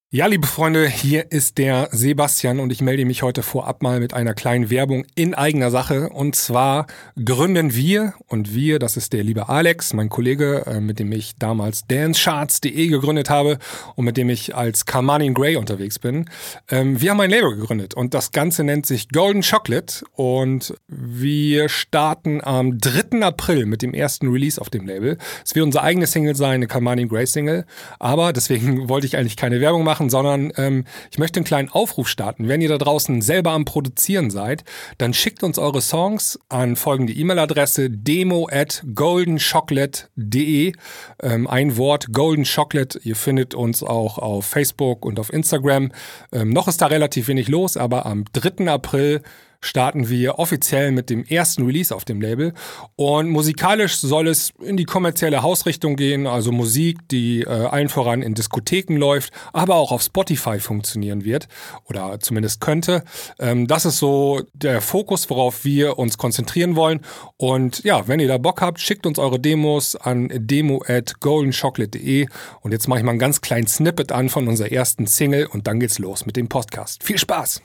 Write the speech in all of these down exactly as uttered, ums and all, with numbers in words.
Ja, liebe Freunde, hier ist der Sebastian und ich melde mich heute vorab mal mit einer kleinen Werbung in eigener Sache. Und zwar gründen wir, und wir, das ist der liebe Alex, mein Kollege, äh, mit dem ich damals dancecharts punkt de gegründet habe und mit dem ich als Carmine Gray unterwegs bin. Ähm, wir haben ein Label gegründet und das Ganze nennt sich Golden Chocolate und wir starten am dritten April mit dem ersten Release auf dem Label. Es wird unsere eigene Single sein, eine Carmine Gray Single, aber deswegen wollte ich eigentlich keine Werbung machen, sondern ähm, ich möchte einen kleinen Aufruf starten. Wenn ihr da draußen selber am Produzieren seid, dann schickt uns eure Songs an folgende E-Mail-Adresse demo at goldenchocolate punkt de. Ähm, ein Wort, Golden Chocolate. Ihr findet uns auch auf Facebook und auf Instagram. Ähm, noch ist da relativ wenig los, aber am dritten April starten wir offiziell mit dem ersten Release auf dem Label. Und musikalisch soll es in die kommerzielle Hausrichtung gehen, also Musik, die äh, allen voran in Diskotheken läuft, aber auch auf Spotify funktionieren wird oder zumindest könnte. Ähm, das ist so der Fokus, worauf wir uns konzentrieren wollen. Und ja, wenn ihr da Bock habt, schickt uns eure Demos an demo at goldenchocolate punkt de. Und jetzt mache ich mal einen ganz kleinen Snippet an von unserer ersten Single und dann geht's los mit dem Podcast. Viel Spaß!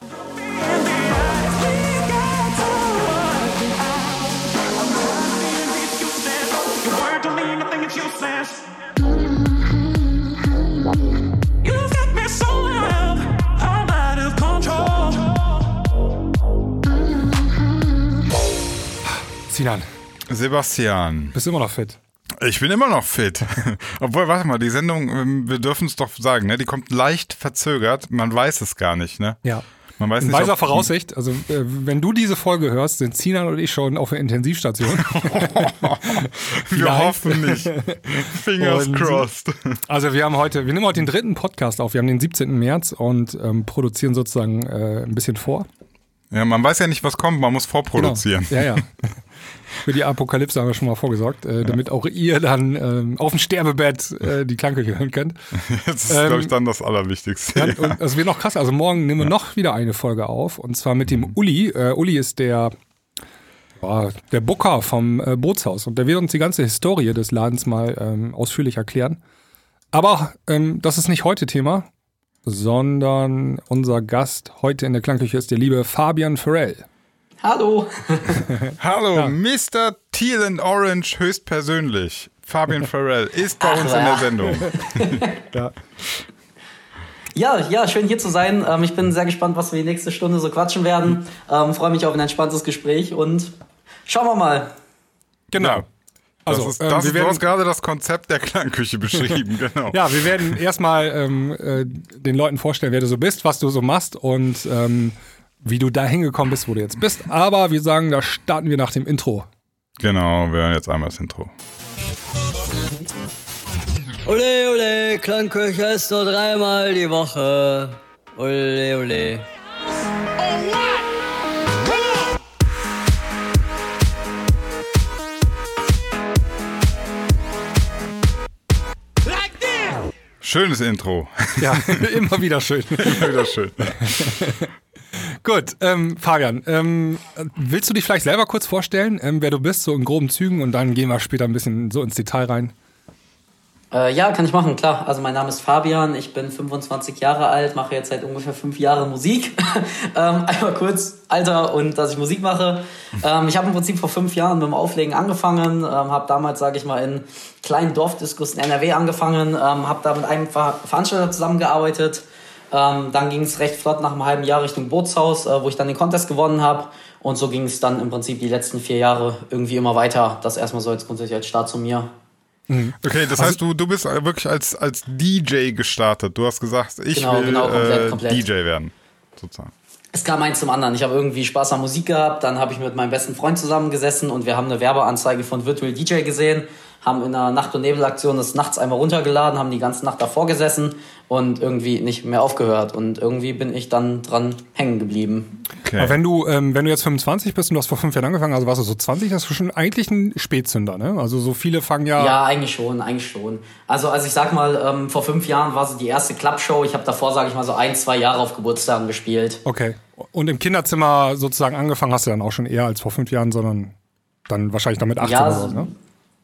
Sinan. Sebastian. Bist du immer noch fit? Ich bin immer noch fit. Obwohl, warte mal, die Sendung, wir dürfen es doch sagen, ne? Die kommt leicht verzögert. Man weiß es gar nicht, ne? Ja. Man weiß In nicht, weiser Voraussicht, also äh, wenn du diese Folge hörst, sind Sinan und ich schon auf der Intensivstation. Wir hoffen nicht. Fingers und, crossed. Also wir haben heute, wir nehmen heute den dritten Podcast auf. Wir haben den siebzehnten März und ähm, produzieren sozusagen äh, ein bisschen vor. Ja, man weiß ja nicht, was kommt, man muss vorproduzieren. Genau. Ja, ja. Für die Apokalypse haben wir schon mal vorgesorgt, äh, damit auch ihr dann ähm, auf dem Sterbebett äh, die Klangküche hören könnt. Das ist, ähm, glaube ich, dann das Allerwichtigste. Ja, und das wird noch krass. Also morgen nehmen wir noch wieder eine Folge auf und zwar mit dem Uli. Äh, Uli ist der, oh, der Booker vom äh, Bootshaus und der wird uns die ganze Historie des Ladens mal ähm, ausführlich erklären. Aber ähm, das ist nicht heute Thema, sondern unser Gast heute in der Klangküche ist der liebe Fabian Farrell. Hallo. Hallo, Ja. Mister Teal and Orange höchstpersönlich. Fabian Farrell ist bei Ach, uns ja. in der Sendung. Ja. Ja, ja, schön hier zu sein. Ähm, ich bin sehr gespannt, was wir die nächste Stunde so quatschen werden. Ähm, freue mich auf ein entspanntes Gespräch und schauen wir mal. Genau. Das Also, ist, ähm, das wir ist, werden- du hast gerade das Konzept der Klangküche beschrieben, genau. Ja, wir werden erstmal ähm, äh, den Leuten vorstellen, wer du so bist, was du so machst und ähm, wie du da hingekommen bist, wo du jetzt bist. Aber wir sagen, da starten wir nach dem Intro. Genau, wir hören jetzt einmal das Intro. Ole, ole, Klangküche ist nur dreimal die Woche. Ole, ole. Schönes Intro. Ja, immer wieder schön. Immer wieder schön. Gut, ähm, Fabian, ähm, willst du dich vielleicht selber kurz vorstellen, ähm, wer du bist, so in groben Zügen und dann gehen wir später ein bisschen so ins Detail rein. Äh, ja, kann ich machen, klar. Also mein Name ist Fabian, ich bin fünfundzwanzig Jahre alt, mache jetzt seit ungefähr fünf Jahren Musik. ähm, einmal kurz Alter und dass ich Musik mache. Ähm, ich habe im Prinzip vor fünf Jahren mit dem Auflegen angefangen, ähm, habe damals, sage ich mal, in kleinen Dorfdiskos in N R W angefangen, ähm, habe da mit einem Ver- Veranstalter zusammengearbeitet. Ähm, dann ging es recht flott nach einem halben Jahr Richtung Bootshaus, äh, wo ich dann den Contest gewonnen habe. Und so ging es dann im Prinzip die letzten vier Jahre irgendwie immer weiter. Das erstmal so jetzt grundsätzlich als Start zu mir. Okay, das heißt, du, du bist wirklich als, als D J gestartet. Du hast gesagt, ich Genau, will genau, komplett, äh, komplett. D J werden, sozusagen. Es kam eins zum anderen. Ich habe irgendwie Spaß an Musik gehabt. Dann habe ich mit meinem besten Freund zusammengesessen und wir haben eine Werbeanzeige von Virtual D J gesehen, haben in einer Nacht- und Nebelaktion das nachts einmal runtergeladen, haben die ganze Nacht davor gesessen und irgendwie nicht mehr aufgehört. Und irgendwie bin ich dann dran hängen geblieben. Okay. Aber wenn du, ähm, wenn du jetzt fünfundzwanzig bist und du hast vor fünf Jahren angefangen, also warst du so zwanzig, das ist schon eigentlich ein Spätzünder, ne? Also so viele fangen ja... Ja, eigentlich schon, eigentlich schon. Also, also ich sag mal, ähm, vor fünf Jahren war so die erste Clubshow. Ich habe davor, sage ich mal, so ein, zwei Jahre auf Geburtstagen gespielt. Okay. Und im Kinderzimmer sozusagen angefangen hast du dann auch schon eher als vor fünf Jahren, sondern dann wahrscheinlich noch mit achtzehn Ja, oder so, ne?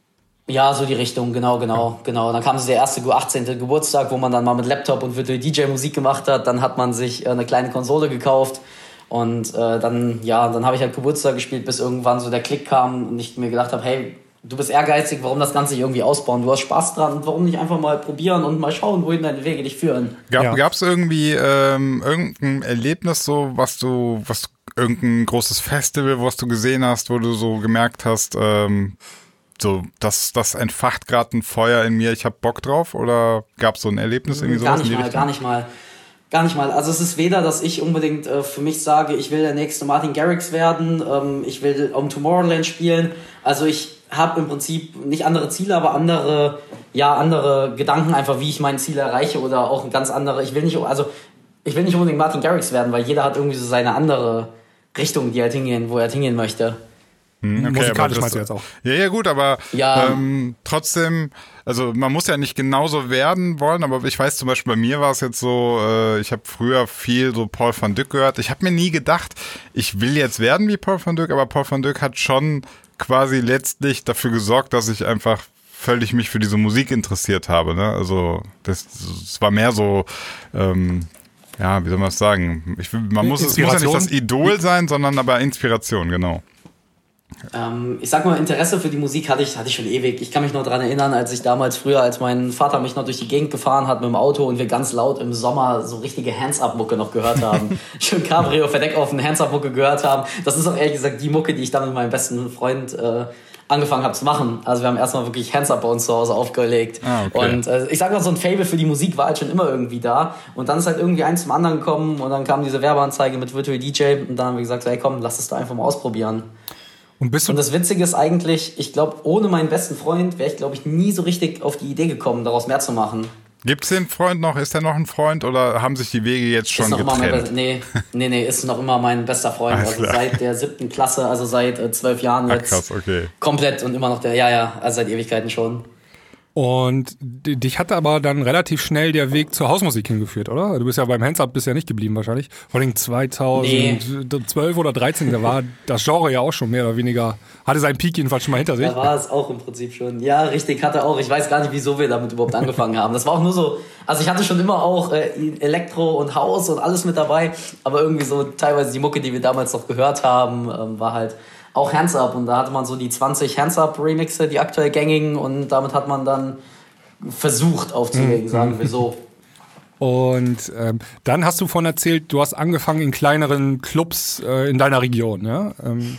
Ja, so die Richtung, genau, genau, genau. Dann kam so der erste achtzehnte Geburtstag, wo man dann mal mit Laptop und Virtual D J Musik gemacht hat. Dann hat man sich eine kleine Konsole gekauft und äh, dann, ja, dann habe ich halt Geburtstag gespielt, bis irgendwann so der Klick kam und ich mir gedacht habe, hey, du bist ehrgeizig, warum das Ganze nicht irgendwie ausbauen? Du hast Spaß dran und warum nicht einfach mal probieren und mal schauen, wohin deine Wege dich führen? Gab Ja. es irgendwie ähm, irgendein Erlebnis so, was du, was irgendein großes Festival, was du gesehen hast, wo du so gemerkt hast, ähm, so, das, das entfacht gerade ein Feuer in mir, ich habe Bock drauf? Oder gab es so ein Erlebnis irgendwie Gar sowas in nicht die mal, Richtung? gar nicht mal. Gar nicht mal. Also es ist weder, dass ich unbedingt äh, für mich sage, ich will der nächste Martin Garrix werden, ähm, ich will um Tomorrowland spielen. Also ich habe im Prinzip nicht andere Ziele, aber andere, ja, andere Gedanken einfach, wie ich mein Ziel erreiche oder auch ein ganz andere. Ich will nicht, also ich will nicht unbedingt Martin Garrix werden, weil jeder hat irgendwie so seine andere Richtung, die halt hingehen, wo er halt hingehen möchte. Hm, okay, Musikalisch aber das- meinst du jetzt auch? Ja, ja, gut, aber Ja. ähm, trotzdem, also man muss ja nicht genauso werden wollen, aber ich weiß zum Beispiel, bei mir war es jetzt so, äh, ich habe früher viel so Paul van Dyk gehört. Ich habe mir nie gedacht, ich will jetzt werden wie Paul van Dyk, aber Paul van Dyk hat schon quasi letztlich dafür gesorgt, dass ich einfach völlig mich für diese Musik interessiert habe. Ne? Also das, das war mehr so, ähm, ja, wie soll man das sagen? Ich, will- man muss, es muss ja nicht Inspiration? das Idol sein, sondern aber Inspiration, genau. Ähm, ich sag mal, Interesse für die Musik hatte ich, hatte ich schon ewig. Ich kann mich noch daran erinnern, als ich damals früher, als mein Vater mich noch durch die Gegend gefahren hat mit dem Auto und wir ganz laut im Sommer so richtige Hands-Up-Mucke noch gehört haben. Schön Cabrio, Verdeck offen, Hands-Up-Mucke gehört haben. Das ist auch ehrlich gesagt die Mucke, die ich dann mit meinem besten Freund äh, angefangen habe zu machen. Also wir haben erstmal wirklich Hands-Up bei uns zu Hause aufgelegt. Ah, okay. Und äh, ich sag mal, so ein Fable für die Musik war halt schon immer irgendwie da. Und dann ist halt irgendwie eins zum anderen gekommen und dann kam diese Werbeanzeige mit Virtual D J und dann haben wir gesagt, so, hey komm, lass es da einfach mal ausprobieren. Und bist du Und das Witzige ist eigentlich, ich glaube, ohne meinen besten Freund wäre ich, glaube ich, nie so richtig auf die Idee gekommen, daraus mehr zu machen. Gibt's den Freund noch? Ist er noch ein Freund oder haben sich die Wege jetzt schon Ist noch immer mein, getrennt? Be- nee, nee, nee, ist noch immer mein bester Freund. Alles Also klar. seit der siebten Klasse, also seit äh, zwölf Jahren Ah, jetzt. krass, okay. Komplett und immer noch der, ja, ja, also seit Ewigkeiten schon. Und d- dich hatte aber dann relativ schnell der Weg zur Hausmusik hingeführt, oder? Du bist ja beim Hands-Up bisher nicht geblieben wahrscheinlich. Vor allem zweitausendzwölf oder dreizehn, da war das Genre ja auch schon mehr oder weniger, hatte seinen Peak jedenfalls schon mal hinter sich. Da war es auch im Prinzip schon. Ja, richtig, hatte auch. Ich weiß gar nicht, wieso wir damit überhaupt angefangen haben. Das war auch nur so, also ich hatte schon immer auch äh, Elektro und House und alles mit dabei, aber irgendwie so teilweise die Mucke, die wir damals noch gehört haben, ähm, war halt auch Hands-Up und da hatte man so die zwanzig Hands-Up-Remixe, die aktuell gängigen und damit hat man dann versucht aufzulegen, sagen wir so. Und ähm, dann hast du von erzählt, du hast angefangen in kleineren Clubs äh, in deiner Region, ja? Ähm,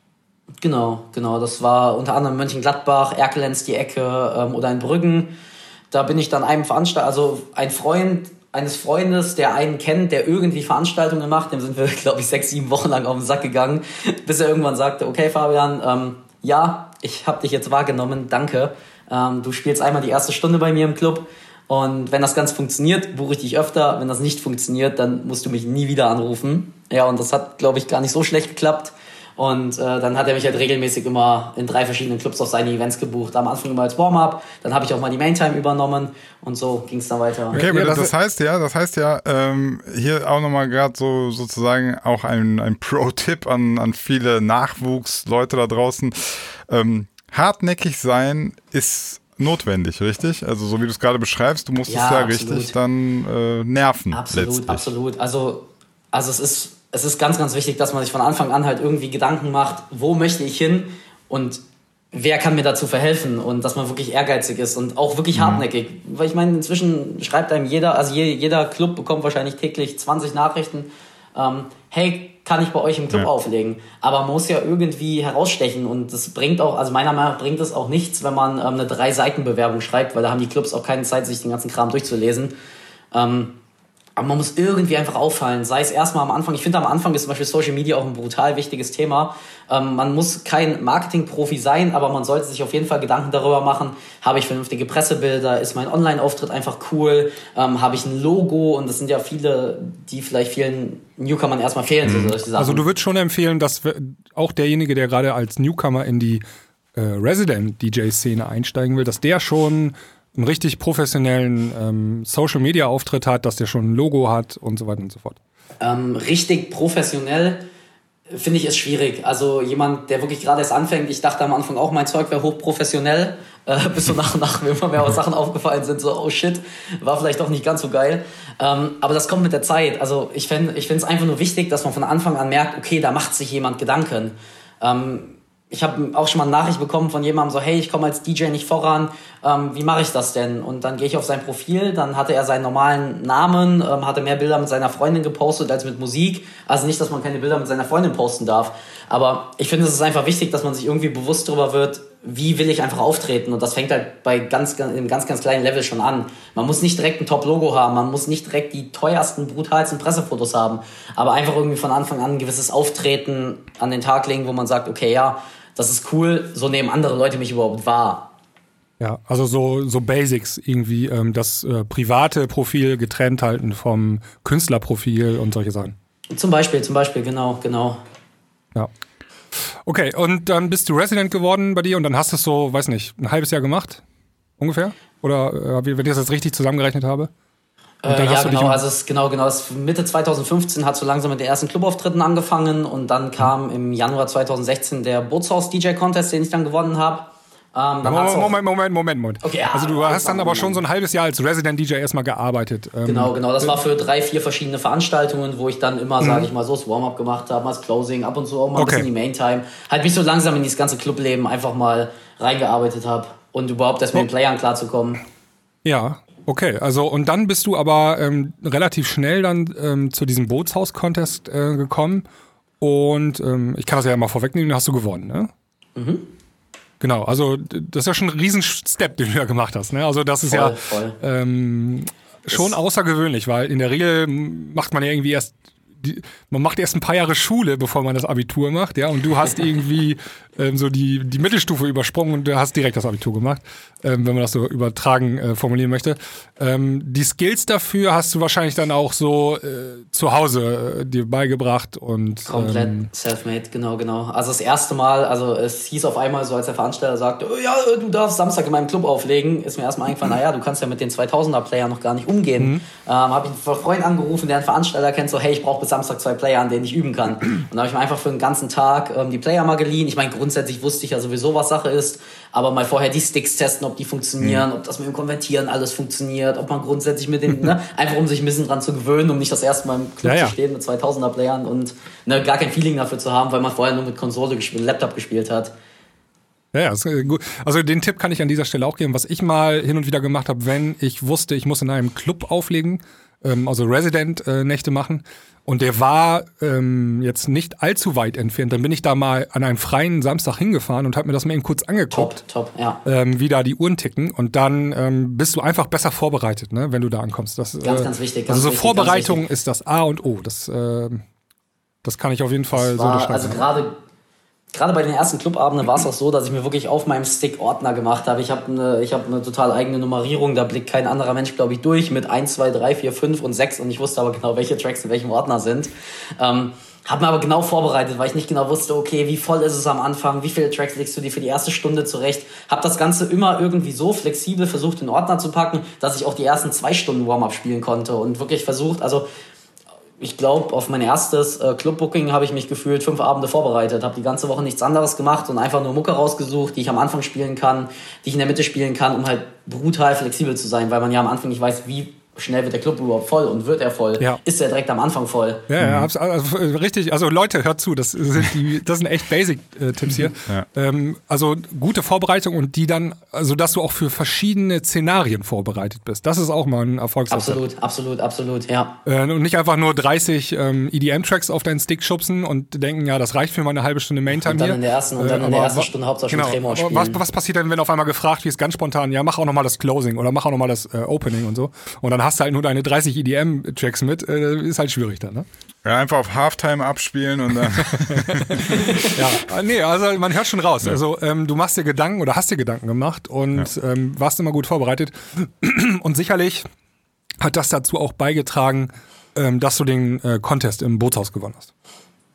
Genau, genau. Das war unter anderem Mönchengladbach, Erkelenz die Ecke ähm, oder in Brüggen. Da bin ich dann einem Veranstalter, also ein Freund eines Freundes, der einen kennt, der irgendwie Veranstaltungen macht, dem sind wir, glaube ich, sechs, sieben Wochen lang auf den Sack gegangen, bis er irgendwann sagte, okay Fabian, ähm, ja, ich habe dich jetzt wahrgenommen, danke. Ähm, du spielst einmal die erste Stunde bei mir im Club und wenn das Ganze funktioniert, buche ich dich öfter. Wenn das nicht funktioniert, dann musst du mich nie wieder anrufen. Ja, und das hat, glaube ich, gar nicht so schlecht geklappt. Und äh, dann hat er mich halt regelmäßig immer in drei verschiedenen Clubs auf seine Events gebucht. Am Anfang immer als Warm-up, dann habe ich auch mal die Main-Time übernommen und so ging es dann weiter. Okay, aber Ja, das, das- das heißt ja, das heißt ja, ähm, hier auch nochmal gerade so sozusagen auch ein, ein Pro-Tipp an, an viele Nachwuchsleute da draußen. Ähm, hartnäckig sein ist notwendig, richtig? Also so wie du es gerade beschreibst, du musst Ja, es ja absolut. richtig dann äh, nerven. Absolut, letztlich. absolut. Also, also es ist, es ist ganz, ganz wichtig, dass man sich von Anfang an halt irgendwie Gedanken macht, wo möchte ich hin und wer kann mir dazu verhelfen und dass man wirklich ehrgeizig ist und auch wirklich hartnäckig. Weil ich meine, inzwischen schreibt einem jeder, also je, jeder Club bekommt wahrscheinlich täglich zwanzig Nachrichten, ähm, hey, kann ich bei euch im Club Ja. auflegen? Aber man muss ja irgendwie herausstechen und das bringt auch, also meiner Meinung nach bringt es auch nichts, wenn man ähm, eine Drei-Seiten-Bewerbung schreibt, weil da haben die Clubs auch keine Zeit, sich den ganzen Kram durchzulesen. Ähm, aber man muss irgendwie einfach auffallen, sei es erstmal am Anfang. Ich finde, am Anfang ist zum Beispiel Social Media auch ein brutal wichtiges Thema. Ähm, man muss kein Marketing-Profi sein, aber man sollte sich auf jeden Fall Gedanken darüber machen, habe ich vernünftige Pressebilder, ist mein Online-Auftritt einfach cool, ähm, habe ich ein Logo und das sind ja viele, die vielleicht vielen Newcomern erstmal fehlen. So solche Sachen. also du würdest schon empfehlen, dass wir, auch derjenige, der gerade als Newcomer in die äh, Resident-D J-Szene einsteigen will, dass der schon einen richtig professionellen ähm, Social-Media-Auftritt hat, dass der schon ein Logo hat und so weiter und so fort. Ähm, richtig professionell finde ich, ist schwierig. Also jemand, der wirklich gerade erst anfängt, ich dachte am Anfang auch, mein Zeug wäre hochprofessionell, äh, bis so nach und nach mir immer mehr Sachen aufgefallen sind, so, oh shit, war vielleicht doch nicht ganz so geil. Ähm, aber das kommt mit der Zeit. Also ich finde ich finde es einfach nur wichtig, dass man von Anfang an merkt, okay, da macht sich jemand Gedanken. Ähm, Ich habe auch schon mal eine Nachricht bekommen von jemandem so, hey, ich komme als D J nicht voran, ähm, wie mache ich das denn? Und dann gehe ich auf sein Profil, dann hatte er seinen normalen Namen, ähm, hatte mehr Bilder mit seiner Freundin gepostet als mit Musik. Also nicht, dass man keine Bilder mit seiner Freundin posten darf, aber ich finde, es ist einfach wichtig, dass man sich irgendwie bewusst darüber wird, wie will ich einfach auftreten? Und das fängt halt bei ganz, ganz, im ganz, ganz kleinen Level schon an. Man muss nicht direkt ein Top-Logo haben, man muss nicht direkt die teuersten, brutalsten Pressefotos haben, aber einfach irgendwie von Anfang an ein gewisses Auftreten an den Tag legen, wo man sagt, okay, ja, das ist cool, so nehmen andere Leute mich überhaupt wahr. Ja, also so, so Basics irgendwie, ähm, das äh, private Profil getrennt halten vom Künstlerprofil und solche Sachen. Zum Beispiel, zum Beispiel, genau, genau. Ja. Okay, und dann bist du Resident geworden bei dir und dann hast du es so, weiß nicht, ein halbes Jahr gemacht? Ungefähr? Oder äh, wenn ich das jetzt richtig zusammengerechnet habe? Äh, ja, genau, also es, genau, genau. Es, Mitte zwanzig fünfzehn hat so langsam mit den ersten Clubauftritten angefangen und dann kam im Januar zwanzig sechzehn der Bootshaus-D J-Contest, den ich dann gewonnen habe. Ähm, Moment, Moment, Moment, Moment, Moment. Okay, ja, also du hast dann aber schon so ein halbes Jahr als Resident-D J erstmal gearbeitet. Ähm, genau, genau. Das war für drei, vier verschiedene Veranstaltungen, wo ich dann immer, mhm. sage ich mal, so das Warm-up gemacht habe, mal das Closing, ab und zu auch mal okay. ein bisschen die Main-Time. Halt mich so langsam in dieses ganze Clubleben einfach mal reingearbeitet habe und überhaupt erst mit den Playern klarzukommen. Ja, okay. Also und dann bist du aber ähm, relativ schnell dann ähm, zu diesem Bootshaus-Contest äh, gekommen und ähm, ich kann das ja mal vorwegnehmen, den hast du gewonnen, ne? Mhm. Genau, also das ist ja schon ein Riesen-Step, den du ja gemacht hast, ne? Also das ist voll, ja voll. Ähm, schon das außergewöhnlich, weil in der Regel macht man ja irgendwie erst Die, man macht erst ein paar Jahre Schule, bevor man das Abitur macht, ja, und du hast irgendwie ähm, so die, die Mittelstufe übersprungen und du hast direkt das Abitur gemacht, ähm, wenn man das so übertragen äh, formulieren möchte. Ähm, die Skills dafür hast du wahrscheinlich dann auch so äh, zu Hause äh, dir beigebracht und komplett ähm, self-made, genau, genau. Also das erste Mal, also es hieß auf einmal so, als der Veranstalter sagte, oh, ja, du darfst Samstag in meinem Club auflegen, ist mir erstmal eingefallen, naja, du kannst ja mit den zweitausender-Playern noch gar nicht umgehen. Mhm. Ähm, habe ich einen Freund angerufen, der einen Veranstalter kennt, so, hey, ich brauche bis Samstag zwei Player, an denen ich üben kann. Und da habe ich mir einfach für einen ganzen Tag ähm, die Player mal geliehen. Ich meine, grundsätzlich wusste ich ja sowieso, was Sache ist, aber mal vorher die Sticks testen, ob die funktionieren, mhm. ob das mit dem Konvertieren alles funktioniert, ob man grundsätzlich mit den, ne, einfach um sich ein bisschen dran zu gewöhnen, um nicht das erste Mal im Club ja, ja. zu stehen mit zweitausender-Playern und ne, gar kein Feeling dafür zu haben, weil man vorher nur mit Konsole gespielt, Laptop gespielt hat. Ja, ja, ist gut. Also den Tipp kann ich an dieser Stelle auch geben, was ich mal hin und wieder gemacht habe, wenn ich wusste, ich muss in einem Club auflegen, ähm, also Resident-Nächte äh, machen und der war ähm, jetzt nicht allzu weit entfernt, dann bin ich da mal an einem freien Samstag hingefahren und habe mir das mal eben kurz angeguckt, top, top, ja. ähm, wie da die Uhren ticken und dann ähm, bist du einfach besser vorbereitet, ne, wenn du da ankommst. Das, ganz, äh, ganz wichtig. Ganz also so wichtig, Vorbereitung ist das A und O, das, äh, das kann ich auf jeden Fall war, so beschreiben. Also gerade Gerade bei den ersten Clubabenden war es auch so, dass ich mir wirklich auf meinem Stick Ordner gemacht habe. Ich habe eine, ich habe eine total eigene Nummerierung, da blickt kein anderer Mensch, glaube ich, durch mit eins, zwei, drei, vier, fünf und sechs und ich wusste aber genau, welche Tracks in welchem Ordner sind. Ähm, habe mir aber genau vorbereitet, weil ich nicht genau wusste, okay, wie voll ist es am Anfang, wie viele Tracks legst du dir für die erste Stunde zurecht. Habe das Ganze immer irgendwie so flexibel versucht, in Ordner zu packen, dass ich auch die ersten zwei Stunden Warm-Up spielen konnte und wirklich versucht, also ich glaube, auf mein erstes äh, Clubbooking habe ich mich gefühlt fünf Abende vorbereitet, habe die ganze Woche nichts anderes gemacht und einfach nur Mucke rausgesucht, die ich am Anfang spielen kann, die ich in der Mitte spielen kann, um halt brutal flexibel zu sein, weil man ja am Anfang nicht weiß, wie schnell wird der Club überhaupt voll und wird er voll? Ja. Ist er direkt am Anfang voll? Ja, ja, also, also, richtig. Also Leute, hört zu, das sind, die, das sind echt Basic-Tipps hier. Ja. Ähm, also gute Vorbereitung und die dann, also dass du auch für verschiedene Szenarien vorbereitet bist. Das ist auch mal ein Erfolgsrezept. Absolut, absolut, absolut, ja. Äh, und nicht einfach nur dreißig ähm, E D M-Tracks auf deinen Stick schubsen und denken, ja, das reicht für meine halbe Stunde Maintime hier. Und dann in der ersten, und dann äh, in der ersten wa- Stunde hauptsächlich genau, Tremor spielen. Was, was passiert denn, wenn auf einmal gefragt wird, ganz spontan, ja, mach auch nochmal das Closing oder mach auch nochmal das äh, Opening und so. Und dann hast du halt nur deine dreißig E D M-Tracks mit, äh, ist halt schwierig dann, ne? Ja, einfach auf Halftime abspielen und dann. Ja, nee, also man hört schon raus. Ja. Also ähm, du machst dir Gedanken oder hast dir Gedanken gemacht und ja. ähm, warst immer gut vorbereitet. Und sicherlich hat das dazu auch beigetragen, ähm, dass du den äh, Contest im Bootshaus gewonnen hast.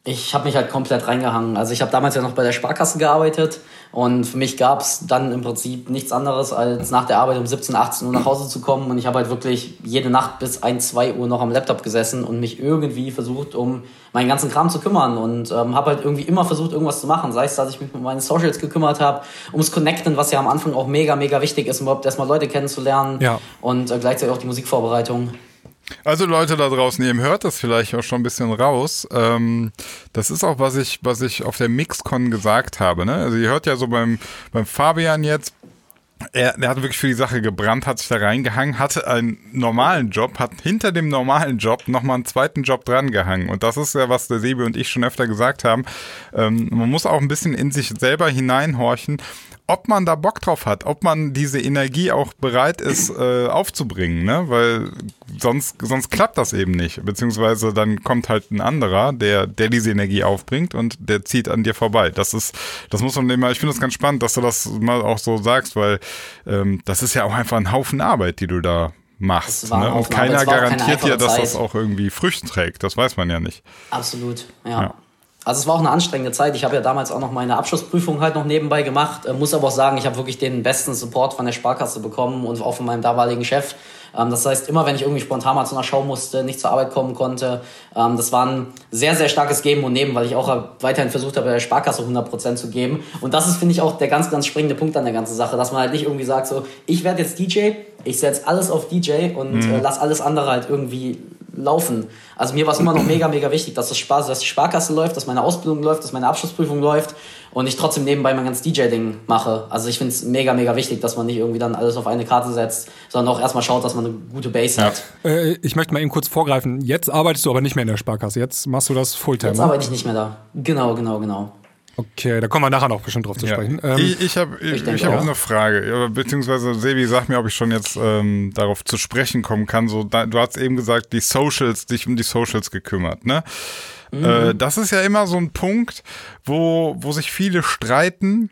Ich habe mich halt komplett reingehangen. Also ich habe damals ja noch bei der Sparkasse gearbeitet und für mich gab es dann im Prinzip nichts anderes, als nach der Arbeit um siebzehn, achtzehn Uhr nach Hause zu kommen und ich habe halt wirklich jede Nacht bis ein, zwei Uhr noch am Laptop gesessen und mich irgendwie versucht, um meinen ganzen Kram zu kümmern und ähm, habe halt irgendwie immer versucht, irgendwas zu machen. Sei es, dass ich mich um meine Socials gekümmert habe, ums Connecten, was ja am Anfang auch mega, mega wichtig ist, um überhaupt erstmal Leute kennenzulernen ja. und äh, gleichzeitig auch die Musikvorbereitung. Also Leute da draußen, ihr hört das vielleicht auch schon ein bisschen raus. Ähm, das ist auch, was ich, was ich auf der Mixcon gesagt habe. Ne? Also ihr hört ja so beim, beim Fabian jetzt, er, er hat wirklich für die Sache gebrannt, hat sich da reingehangen, hatte einen normalen Job, hat hinter dem normalen Job nochmal einen zweiten Job dran gehangen. Und das ist ja, was der Sebi und ich schon öfter gesagt haben. Ähm, man muss auch ein bisschen in sich selber hineinhorchen, ob man da Bock drauf hat, ob man diese Energie auch bereit ist äh, aufzubringen, ne? Weil sonst sonst klappt das eben nicht, beziehungsweise dann kommt halt ein anderer, der der diese Energie aufbringt und der zieht an dir vorbei. Das ist, das muss man immer, ich finde das ganz spannend, dass du das mal auch so sagst, weil ähm, das ist ja auch einfach ein Haufen Arbeit, die du da machst, ne? Und keiner garantiert dir, dass das auch irgendwie Früchte trägt, das weiß man ja nicht. Absolut, ja. ja. Also es war auch eine anstrengende Zeit. Ich habe ja damals auch noch meine Abschlussprüfung halt noch nebenbei gemacht. Äh, muss aber auch sagen, ich habe wirklich den besten Support von der Sparkasse bekommen und auch von meinem damaligen Chef. Ähm, das heißt, immer wenn ich irgendwie spontan mal zu einer Show musste, nicht zur Arbeit kommen konnte, ähm, das war ein sehr, sehr starkes Geben und Nehmen, weil ich auch weiterhin versucht habe, bei der Sparkasse hundert Prozent zu geben. Und das ist, finde ich, auch der ganz, ganz springende Punkt an der ganzen Sache, dass man halt nicht irgendwie sagt, so, ich werde jetzt D J, ich setze alles auf D J und mhm. äh, lass alles andere halt irgendwie laufen. Also mir war es immer noch mega, mega wichtig, dass das Spaß, dass die Sparkasse läuft, dass meine Ausbildung läuft, dass meine Abschlussprüfung läuft und ich trotzdem nebenbei mein ganzes D J-Ding mache. Also ich finde es mega, mega wichtig, dass man nicht irgendwie dann alles auf eine Karte setzt, sondern auch erstmal schaut, dass man eine gute Base hat. Äh, ich möchte mal eben kurz vorgreifen. Jetzt arbeitest du aber nicht mehr in der Sparkasse. Jetzt machst du das Fulltime. Jetzt arbeite ich nicht mehr da. Genau, genau, genau. Okay, da kommen wir nachher noch bestimmt drauf zu ja. sprechen. Ähm, ich ich habe ich, ich hab eine Frage, beziehungsweise Sebi, sag mir, ob ich schon jetzt ähm, darauf zu sprechen kommen kann. So, da, du hast eben gesagt, die Socials, dich um die Socials gekümmert, ne? Mhm. Äh, das ist ja immer so ein Punkt, wo, wo sich viele streiten.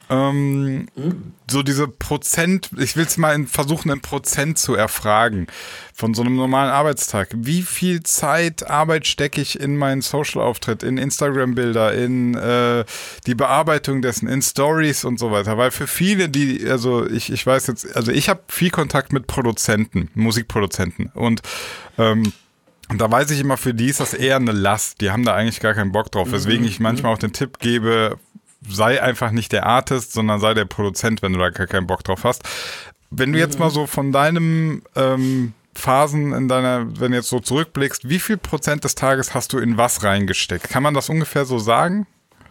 Ähm, mhm. So diese Prozent, ich will es mal in, versuchen, in Prozent zu erfragen von so einem normalen Arbeitstag. Wie viel Zeit, Arbeit stecke ich in meinen Social-Auftritt, in Instagram-Bilder, in äh, die Bearbeitung dessen, in Stories und so weiter? Weil für viele, die, also ich, ich weiß jetzt, also ich habe viel Kontakt mit Produzenten, Musikproduzenten und ähm, Und da weiß ich immer, für die ist das eher eine Last. Die haben da eigentlich gar keinen Bock drauf. Weswegen ich manchmal auch den Tipp gebe, sei einfach nicht der Artist, sondern sei der Produzent, wenn du da gar keinen Bock drauf hast. Wenn du jetzt mal so von deinem ähm, Phasen in deiner, wenn du jetzt so zurückblickst, wie viel Prozent des Tages hast du in was reingesteckt? Kann man das ungefähr so sagen?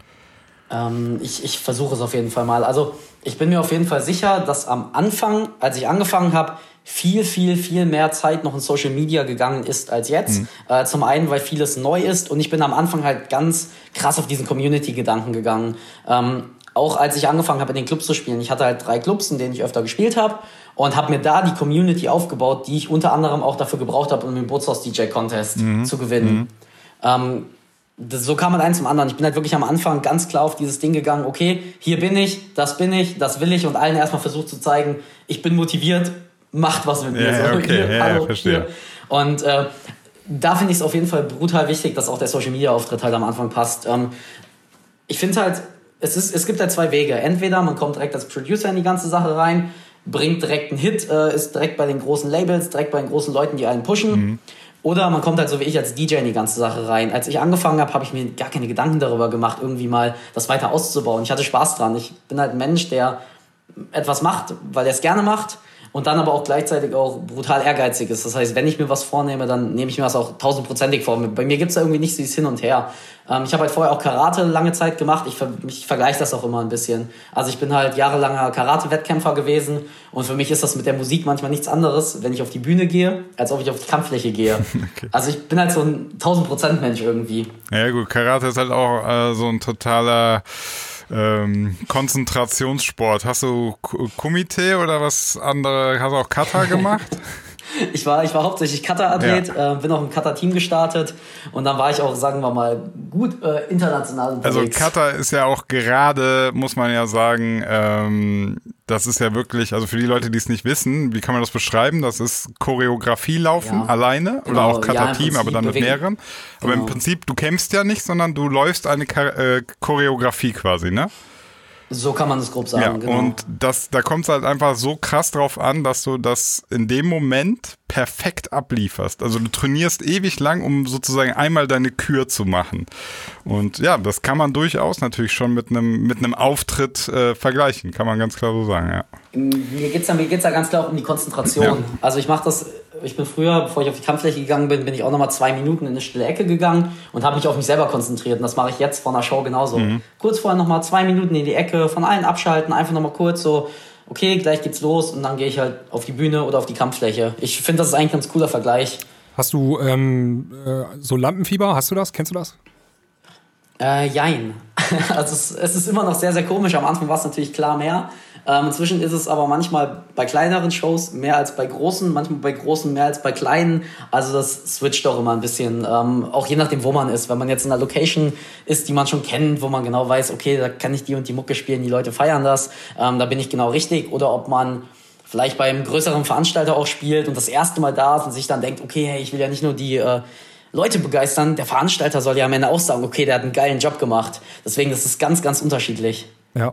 Ähm, ich ich versuche es auf jeden Fall mal. Also ich bin mir auf jeden Fall sicher, dass am Anfang, als ich angefangen habe, viel, viel, viel mehr Zeit noch in Social Media gegangen ist als jetzt. Mhm. Äh, zum einen, weil vieles neu ist und ich bin am Anfang halt ganz krass auf diesen Community-Gedanken gegangen. Ähm, auch als ich angefangen habe, in den Clubs zu spielen. Ich hatte halt drei Clubs, in denen ich öfter gespielt habe und habe mir da die Community aufgebaut, die ich unter anderem auch dafür gebraucht habe, um den Bootshaus-D J-Contest mhm. zu gewinnen. Mhm. Ähm, das, so kam man eins zum anderen. Ich bin halt wirklich am Anfang ganz klar auf dieses Ding gegangen, okay, hier bin ich, das bin ich, das will ich und allen erstmal versucht zu zeigen, ich bin motiviert, macht was mit mir. Ja, so, okay, hier, ja, hallo, verstehe. Hier. Und äh, da finde ich es auf jeden Fall brutal wichtig, dass auch der Social-Media-Auftritt halt am Anfang passt. Ähm, ich finde halt, es, ist, es gibt halt zwei Wege. Entweder man kommt direkt als Producer in die ganze Sache rein, bringt direkt einen Hit, äh, ist direkt bei den großen Labels, direkt bei den großen Leuten, die einen pushen. Mhm. Oder man kommt halt so wie ich als D J in die ganze Sache rein. Als ich angefangen habe, habe ich mir gar keine Gedanken darüber gemacht, irgendwie mal das weiter auszubauen. Ich hatte Spaß dran. Ich bin halt ein Mensch, der etwas macht, weil er es gerne macht. Und dann aber auch gleichzeitig auch brutal ehrgeizig ist. Das heißt, wenn ich mir was vornehme, dann nehme ich mir das auch tausendprozentig vor. Bei mir gibt's da irgendwie nicht dieses Hin und Her. Ähm, ich habe halt vorher auch Karate lange Zeit gemacht. Ich, ver- ich vergleiche das auch immer ein bisschen. Also ich bin halt jahrelanger Karate-Wettkämpfer gewesen. Und für mich ist das mit der Musik manchmal nichts anderes, wenn ich auf die Bühne gehe, als ob ich auf die Kampffläche gehe. Okay. Also ich bin halt so ein tausend-Prozent-Mensch irgendwie. Ja gut, Karate ist halt auch äh, so ein totaler Ähm, Konzentrationssport. Hast du K- Kumite oder was andere? Hast du auch Kata gemacht? Ich war, ich war hauptsächlich Cutter-Athlet, Ja. äh, bin auch im Cutter-Team gestartet und dann war ich auch, sagen wir mal, gut äh, international unterwegs. Also Cutter ist ja auch gerade, muss man ja sagen, ähm, das ist ja wirklich, also für die Leute, die es nicht wissen, wie kann man das beschreiben? Das ist Choreografie laufen, Ja. alleine Genau, oder auch ja, im Cutter-Team, Prinzip aber dann mit bewegen. mehreren. Aber Genau. im Prinzip, du kämpfst ja nicht, sondern du läufst eine Ka- äh, Choreografie quasi, ne? So kann man es grob sagen, Ja, genau. und das, da kommt es halt einfach so krass drauf an, dass du das in dem Moment perfekt ablieferst. Also du trainierst ewig lang, um sozusagen einmal deine Kür zu machen. Und ja, das kann man durchaus natürlich schon mit einem mit einem Auftritt äh, vergleichen, kann man ganz klar so sagen, ja. Mir geht's ja, mir geht's ja ganz klar auch um die Konzentration. Ja. Also ich mache das, ich bin früher, bevor ich auf die Kampffläche gegangen bin, bin ich auch nochmal zwei Minuten in eine stille Ecke gegangen und habe mich auf mich selber konzentriert. Und das mache ich jetzt vor einer Show genauso. Mhm. Kurz vorher nochmal zwei Minuten in die Ecke, von allen abschalten, einfach nochmal kurz so, okay, gleich geht's los und dann gehe ich halt auf die Bühne oder auf die Kampffläche. Ich finde, das ist eigentlich ein ganz cooler Vergleich. Hast du ähm, äh, so Lampenfieber? Hast du das? Kennst du das? Äh, jein. Also es, es ist immer noch sehr, sehr komisch. Am Anfang war es natürlich klar mehr. Ähm, inzwischen ist es aber manchmal bei kleineren Shows mehr als bei großen, manchmal bei großen mehr als bei kleinen. Also das switcht doch immer ein bisschen. Ähm, auch je nachdem, wo man ist. Wenn man jetzt in einer Location ist, die man schon kennt, wo man genau weiß, okay, da kann ich die und die Mucke spielen, die Leute feiern das, ähm, da bin ich genau richtig. Oder ob man vielleicht beim größeren Veranstalter auch spielt und das erste Mal da ist und sich dann denkt, okay, hey, ich will ja nicht nur die äh, Leute begeistern, der Veranstalter soll ja am Ende auch sagen, okay, der hat einen geilen Job gemacht. Deswegen ist es ganz, ganz unterschiedlich. Ja.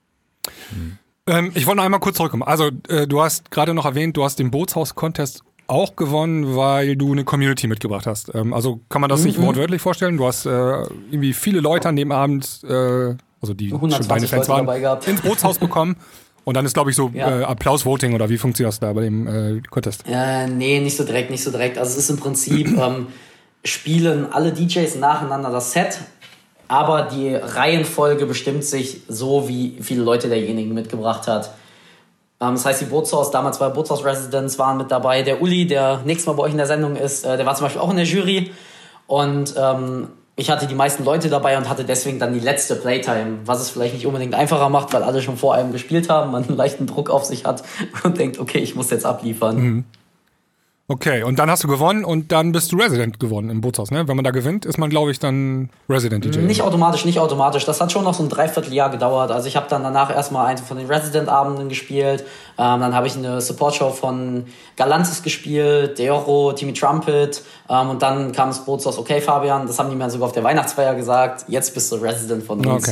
Ähm, ich wollte noch einmal kurz zurückkommen. Also, äh, du hast gerade noch erwähnt, du hast den Bootshaus-Contest auch gewonnen, weil du eine Community mitgebracht hast. Ähm, also kann man das nicht wortwörtlich vorstellen? Du hast äh, irgendwie viele Leute an dem Abend, äh, also die schon deine hundertzwanzig Fans Leute waren, dabei gehabt. ins Bootshaus bekommen. Und dann ist, glaube ich, so Ja. äh, Applaus-Voting oder wie funktioniert das da bei dem äh, Contest? Äh, nee, nicht so direkt, nicht so direkt. Also es ist im Prinzip, ähm, spielen alle D Js nacheinander das Set, aber die Reihenfolge bestimmt sich so, wie viele Leute derjenige mitgebracht hat. Ähm, das heißt, die Bootshaus, damals war Bootshaus Residents, waren mit dabei. Der Uli, der nächstes Mal bei euch in der Sendung ist, äh, der war zum Beispiel auch in der Jury. Und ähm, ich hatte die meisten Leute dabei und hatte deswegen dann die letzte Playtime, was es vielleicht nicht unbedingt einfacher macht, weil alle schon vor einem gespielt haben, man einen leichten Druck auf sich hat und denkt, okay, ich muss jetzt abliefern. Mhm. Okay, und dann hast du gewonnen und dann bist du Resident gewonnen im Bootshaus, ne? Wenn man da gewinnt, ist man, glaube ich, dann Resident-D J. Nicht automatisch, nicht automatisch. Das hat schon noch so ein Dreivierteljahr gedauert. Also ich habe dann danach erstmal einen von den Resident-Abenden gespielt. Ähm, dann habe ich eine Support-Show von Galantis gespielt, Deoro, Timmy Trumpet. Ähm, und dann kam das Bootshaus, okay Fabian, das haben die mir sogar auf der Weihnachtsfeier gesagt, jetzt bist du Resident von uns. Okay.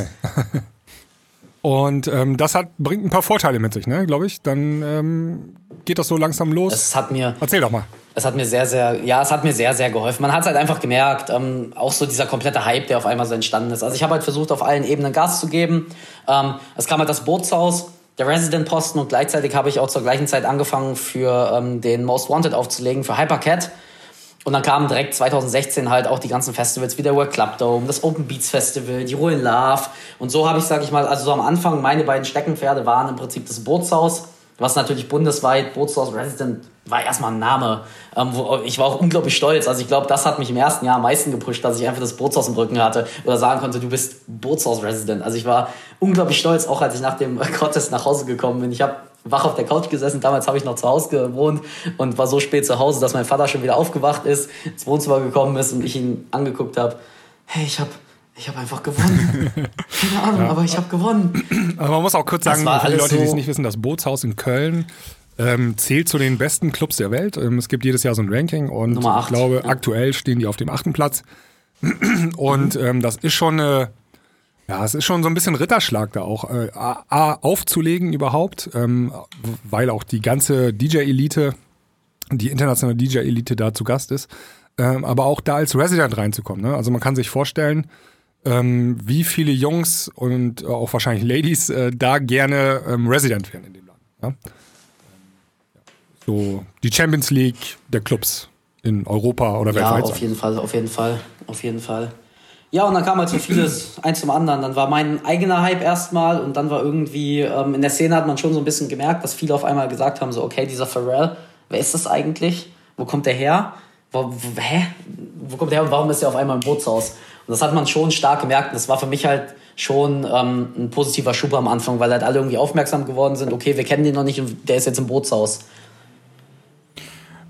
Und ähm, das hat, bringt ein paar Vorteile mit sich, ne, glaube ich. Dann ähm, geht das so langsam los. Es hat mir... Erzähl doch mal. Es hat mir sehr, sehr, ja, es hat mir sehr, sehr geholfen. Man hat es halt einfach gemerkt, ähm, auch so dieser komplette Hype, der auf einmal so entstanden ist. Also ich habe halt versucht, auf allen Ebenen Gas zu geben. Ähm, es kam halt das Bootshaus, der Resident-Posten und gleichzeitig habe ich auch zur gleichen Zeit angefangen, für ähm, den Most Wanted aufzulegen, für Hypercat. Und dann kamen direkt zwanzig sechzehn halt auch die ganzen Festivals wie der World Club Dome, das Open Beats Festival, die Ruin Love. Und so habe ich, sag ich mal, also so am Anfang meine beiden Steckenpferde waren im Prinzip das Bootshaus, was natürlich bundesweit, Bootshaus Resident war erstmal ein Name. Ähm, wo, ich war auch unglaublich stolz. Also ich glaube, das hat mich im ersten Jahr am meisten gepusht, dass ich einfach das Bootshaus im Rücken hatte oder sagen konnte, du bist Bootshaus Resident. Also ich war unglaublich stolz, auch als ich nach dem Contest nach Hause gekommen bin. Ich habe wach auf der Couch gesessen, damals habe ich noch zu Hause gewohnt und war so spät zu Hause, dass mein Vater schon wieder aufgewacht ist, ins Wohnzimmer gekommen ist und ich ihn angeguckt habe. Hey, ich habe ich hab einfach gewonnen. Keine Ahnung, ja. aber ich habe gewonnen. Aber man muss auch kurz sagen, für die Leute, so die es nicht wissen, das Bootshaus in Köln ähm, zählt zu den besten Clubs der Welt. Ähm, es gibt jedes Jahr so ein Ranking und Nummer acht, ich glaube, ja. aktuell stehen die auf dem achten Platz. Und mhm. ähm, das ist schon eine Ja, es ist schon so ein bisschen Ritterschlag da auch, äh, A, aufzulegen überhaupt, ähm, weil auch die ganze D J-Elite, die internationale D J-Elite da zu Gast ist, ähm, aber auch da als Resident reinzukommen. Ne? Also man kann sich vorstellen, ähm, wie viele Jungs und auch wahrscheinlich Ladies äh, da gerne ähm, Resident wären in dem Land. Ja? So die Champions League der Clubs in Europa oder Ja, weltweit. auf jeden Fall, auf jeden Fall, auf jeden Fall. Ja, und dann kam halt so vieles eins zum anderen. Dann war mein eigener Hype erstmal und dann war irgendwie, ähm, in der Szene hat man schon so ein bisschen gemerkt, dass viele auf einmal gesagt haben, so, okay, dieser Pharrell, wer ist das eigentlich? Wo kommt der her? Wo, wo, hä? Wo kommt der her und warum ist der auf einmal im Bootshaus? Und das hat man schon stark gemerkt und das war für mich halt schon ähm, ein positiver Schub am Anfang, weil halt alle irgendwie aufmerksam geworden sind, okay, wir kennen den noch nicht und der ist jetzt im Bootshaus.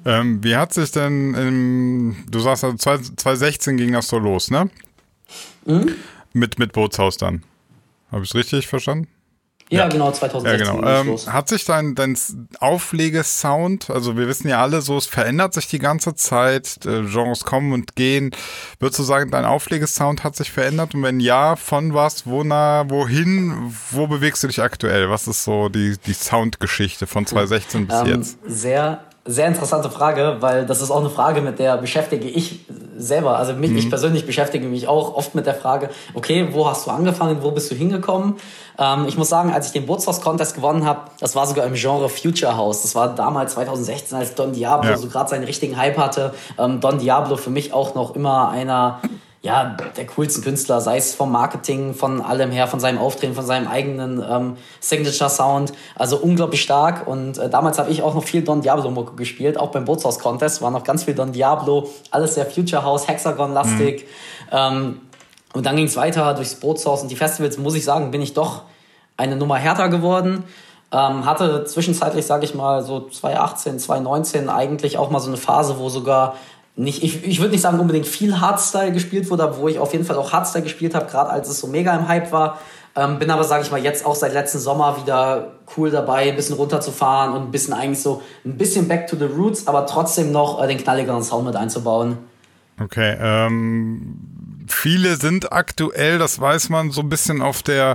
Ähm, wie hat sich denn, im, du sagst also zwanzig sechzehn ging das so los, ne? Mhm. Mit, mit Bootshaus dann. Habe ich es richtig verstanden? Ja, ja, genau, zwanzig sechzehn ja, genau. ging es ähm, los. Hat sich dein, dein Auflegesound, also wir wissen ja alle so, es verändert sich die ganze Zeit, äh, Genres kommen und gehen. Würdest du sagen, dein Auflegesound hat sich verändert? Und wenn ja, von was, wonach, wohin, wo bewegst du dich aktuell? Was ist so die, die Soundgeschichte von zwanzig sechzehn bis ähm, jetzt? Sehr, sehr interessante Frage, weil das ist auch eine Frage, mit der beschäftige ich selber, also mich, mhm. ich persönlich beschäftige mich auch oft mit der Frage, okay, wo hast du angefangen, wo bist du hingekommen? Ähm, ich muss sagen, als ich den Bootshaus-Contest gewonnen habe, das war sogar im Genre Future House. Das war damals zwanzig sechzehn, als Don Diablo ja. so gerade seinen richtigen Hype hatte. Ähm, Don Diablo für mich auch noch immer einer ja, der coolsten Künstler, sei es vom Marketing, von allem her, von seinem Auftreten, von seinem eigenen ähm, Signature-Sound. Also unglaublich stark. Und äh, damals habe ich auch noch viel Don Diablo-Mucke gespielt, auch beim Bootshaus-Contest war noch ganz viel Don Diablo, alles sehr Future House, Hexagon-lastig. Mhm. Ähm, und dann ging es weiter durchs Bootshaus und die Festivals, muss ich sagen, bin ich doch eine Nummer härter geworden. Ähm, hatte zwischenzeitlich, sage ich mal, so zwanzig achtzehn, zwanzig neunzehn eigentlich auch mal so eine Phase, wo sogar nicht, ich, ich würde nicht sagen unbedingt viel Hardstyle gespielt wurde, aber wo ich auf jeden Fall auch Hardstyle gespielt habe, gerade als es so mega im Hype war. Ähm, bin aber, sage ich mal, jetzt auch seit letzten Sommer wieder cool dabei, ein bisschen runterzufahren und ein bisschen eigentlich so ein bisschen back to the roots, aber trotzdem noch äh, den knalligeren Sound mit einzubauen. Okay, ähm, viele sind aktuell, das weiß man, so ein bisschen auf der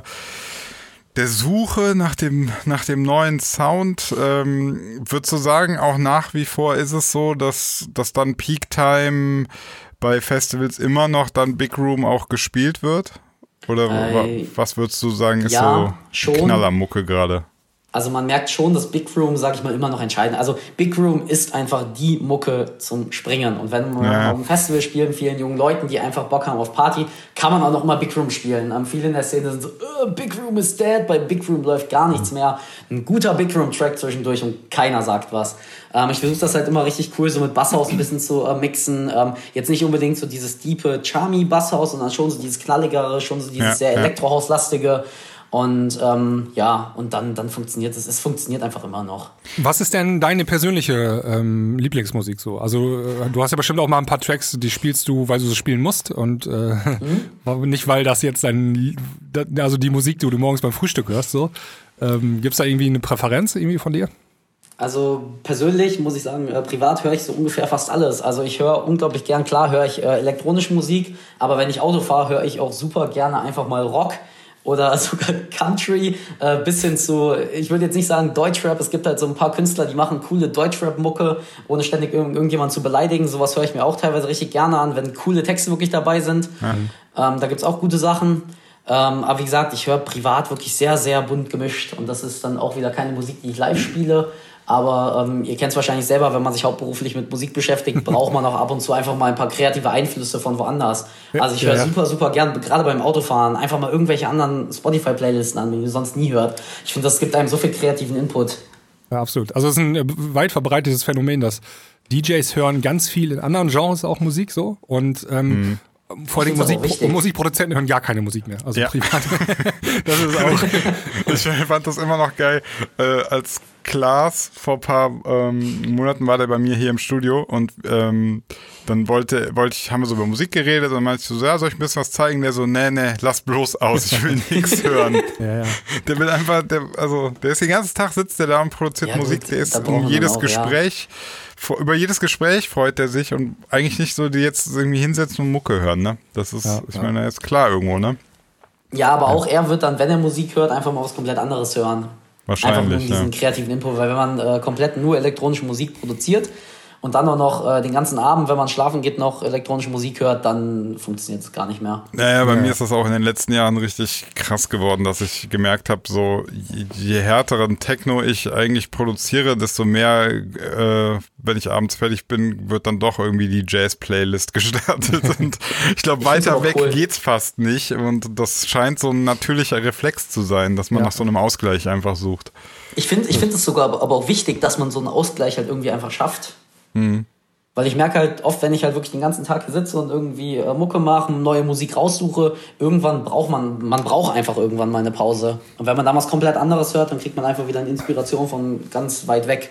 der Suche nach dem, nach dem neuen Sound. Ähm, würdest du sagen, auch nach wie vor ist es so, dass, dass dann Peak Time bei Festivals immer noch dann Big Room auch gespielt wird? Oder äh, was würdest du sagen, ist ja, so Knallermucke gerade? Also man merkt schon, dass Big Room, sage ich mal, immer noch entscheidend. Also Big Room ist einfach die Mucke zum Springen. Und wenn man ja. auf einem Festival spielen, vielen jungen Leuten, die einfach Bock haben auf Party, kann man auch noch mal Big Room spielen. Ähm, viele in der Szene sind so, oh, Big Room is dead, bei Big Room läuft gar nichts mehr. Ein guter Big Room-Track zwischendurch und keiner sagt was. Ähm, ich versuche das halt immer richtig cool, so mit Basshaus ein bisschen zu äh, mixen. Ähm, jetzt nicht unbedingt so dieses diepe, charmy Basshaus, sondern schon so dieses knalligere, schon so dieses ja, sehr ja. Elektrohauslastige. Und ähm, ja, und dann, dann funktioniert es. Es funktioniert einfach immer noch. Was ist denn deine persönliche ähm, Lieblingsmusik so? Also äh, du hast ja bestimmt auch mal ein paar Tracks, die spielst du, weil du sie spielen musst und äh, mhm. nicht, weil das jetzt dein, also die Musik, die du morgens beim Frühstück hörst. So. Ähm, gibt's da irgendwie eine Präferenz irgendwie von dir? Also persönlich muss ich sagen, äh, privat höre ich so ungefähr fast alles. Also ich höre unglaublich gern, klar höre ich äh, elektronische Musik, aber wenn ich Auto fahre, höre ich auch super gerne einfach mal Rock. Oder sogar Country, äh, bis hin zu, ich würde jetzt nicht sagen Deutschrap, es gibt halt so ein paar Künstler, die machen coole Deutschrap-Mucke, ohne ständig irgend, irgendjemand zu beleidigen. Sowas höre ich mir auch teilweise richtig gerne an, wenn coole Texte wirklich dabei sind. Mhm. Ähm, da gibt's auch gute Sachen. Ähm, aber wie gesagt, ich höre privat wirklich sehr, sehr bunt gemischt. Und das ist dann auch wieder keine Musik, die ich live spiele. Aber ähm, ihr kennt es wahrscheinlich selber, wenn man sich hauptberuflich mit Musik beschäftigt, braucht man auch ab und zu einfach mal ein paar kreative Einflüsse von woanders. Also ich höre ja, ja. super, super gern, gerade beim Autofahren, einfach mal irgendwelche anderen Spotify-Playlisten an, die ihr sonst nie hört. Ich finde, das gibt einem so viel kreativen Input. Ja, absolut. Also es ist ein weit verbreitetes Phänomen, dass D Js hören ganz viel in anderen Genres auch Musik so und ähm, mhm. Vor allem Musik, Musikproduzenten hören gar keine Musik mehr, also ja. privat. Das ist auch. Ich fand das immer noch geil. Äh, als Klaas vor ein paar ähm, Monaten war der bei mir hier im Studio und ähm, dann wollte, wollte ich, haben wir so über Musik geredet und dann meinte ich so, ja, soll ich ein bisschen was zeigen? Der so, nee, nee, lass bloß aus, ich will nichts hören. Ja, ja. Der will einfach, der, also der ist den ganzen Tag sitzt der da und produziert ja, Musik, gut, der ist um jedes auch, Gespräch. Ja. Über jedes Gespräch freut er sich und eigentlich nicht so, die jetzt irgendwie hinsetzen und Mucke hören, ne? Das ist, ja, ich ja. meine, ist klar irgendwo, ne? Ja, aber auch er wird dann, wenn er Musik hört, einfach mal was komplett anderes hören. Wahrscheinlich, einfach nur diesen ja. kreativen Input, weil wenn man äh, komplett nur elektronische Musik produziert und dann auch noch äh, den ganzen Abend, wenn man schlafen geht, noch elektronische Musik hört, dann funktioniert es gar nicht mehr. Naja, bei ja. mir ist das auch in den letzten Jahren richtig krass geworden, dass ich gemerkt habe, so je, je härteren Techno ich eigentlich produziere, desto mehr, äh, wenn ich abends fertig bin, wird dann doch irgendwie die Jazz-Playlist gestartet. Und ich glaube, weiter weg cool. geht's fast nicht. Und das scheint so ein natürlicher Reflex zu sein, dass man ja. nach so einem Ausgleich einfach sucht. Ich finde ich finde es sogar aber auch wichtig, dass man so einen Ausgleich halt irgendwie einfach schafft. Mhm. Weil ich merke halt oft, wenn ich halt wirklich den ganzen Tag hier sitze und irgendwie äh, Mucke mache, neue Musik raussuche, irgendwann braucht man, man braucht einfach irgendwann mal eine Pause. Und wenn man dann was komplett anderes hört, dann kriegt man einfach wieder eine Inspiration von ganz weit weg.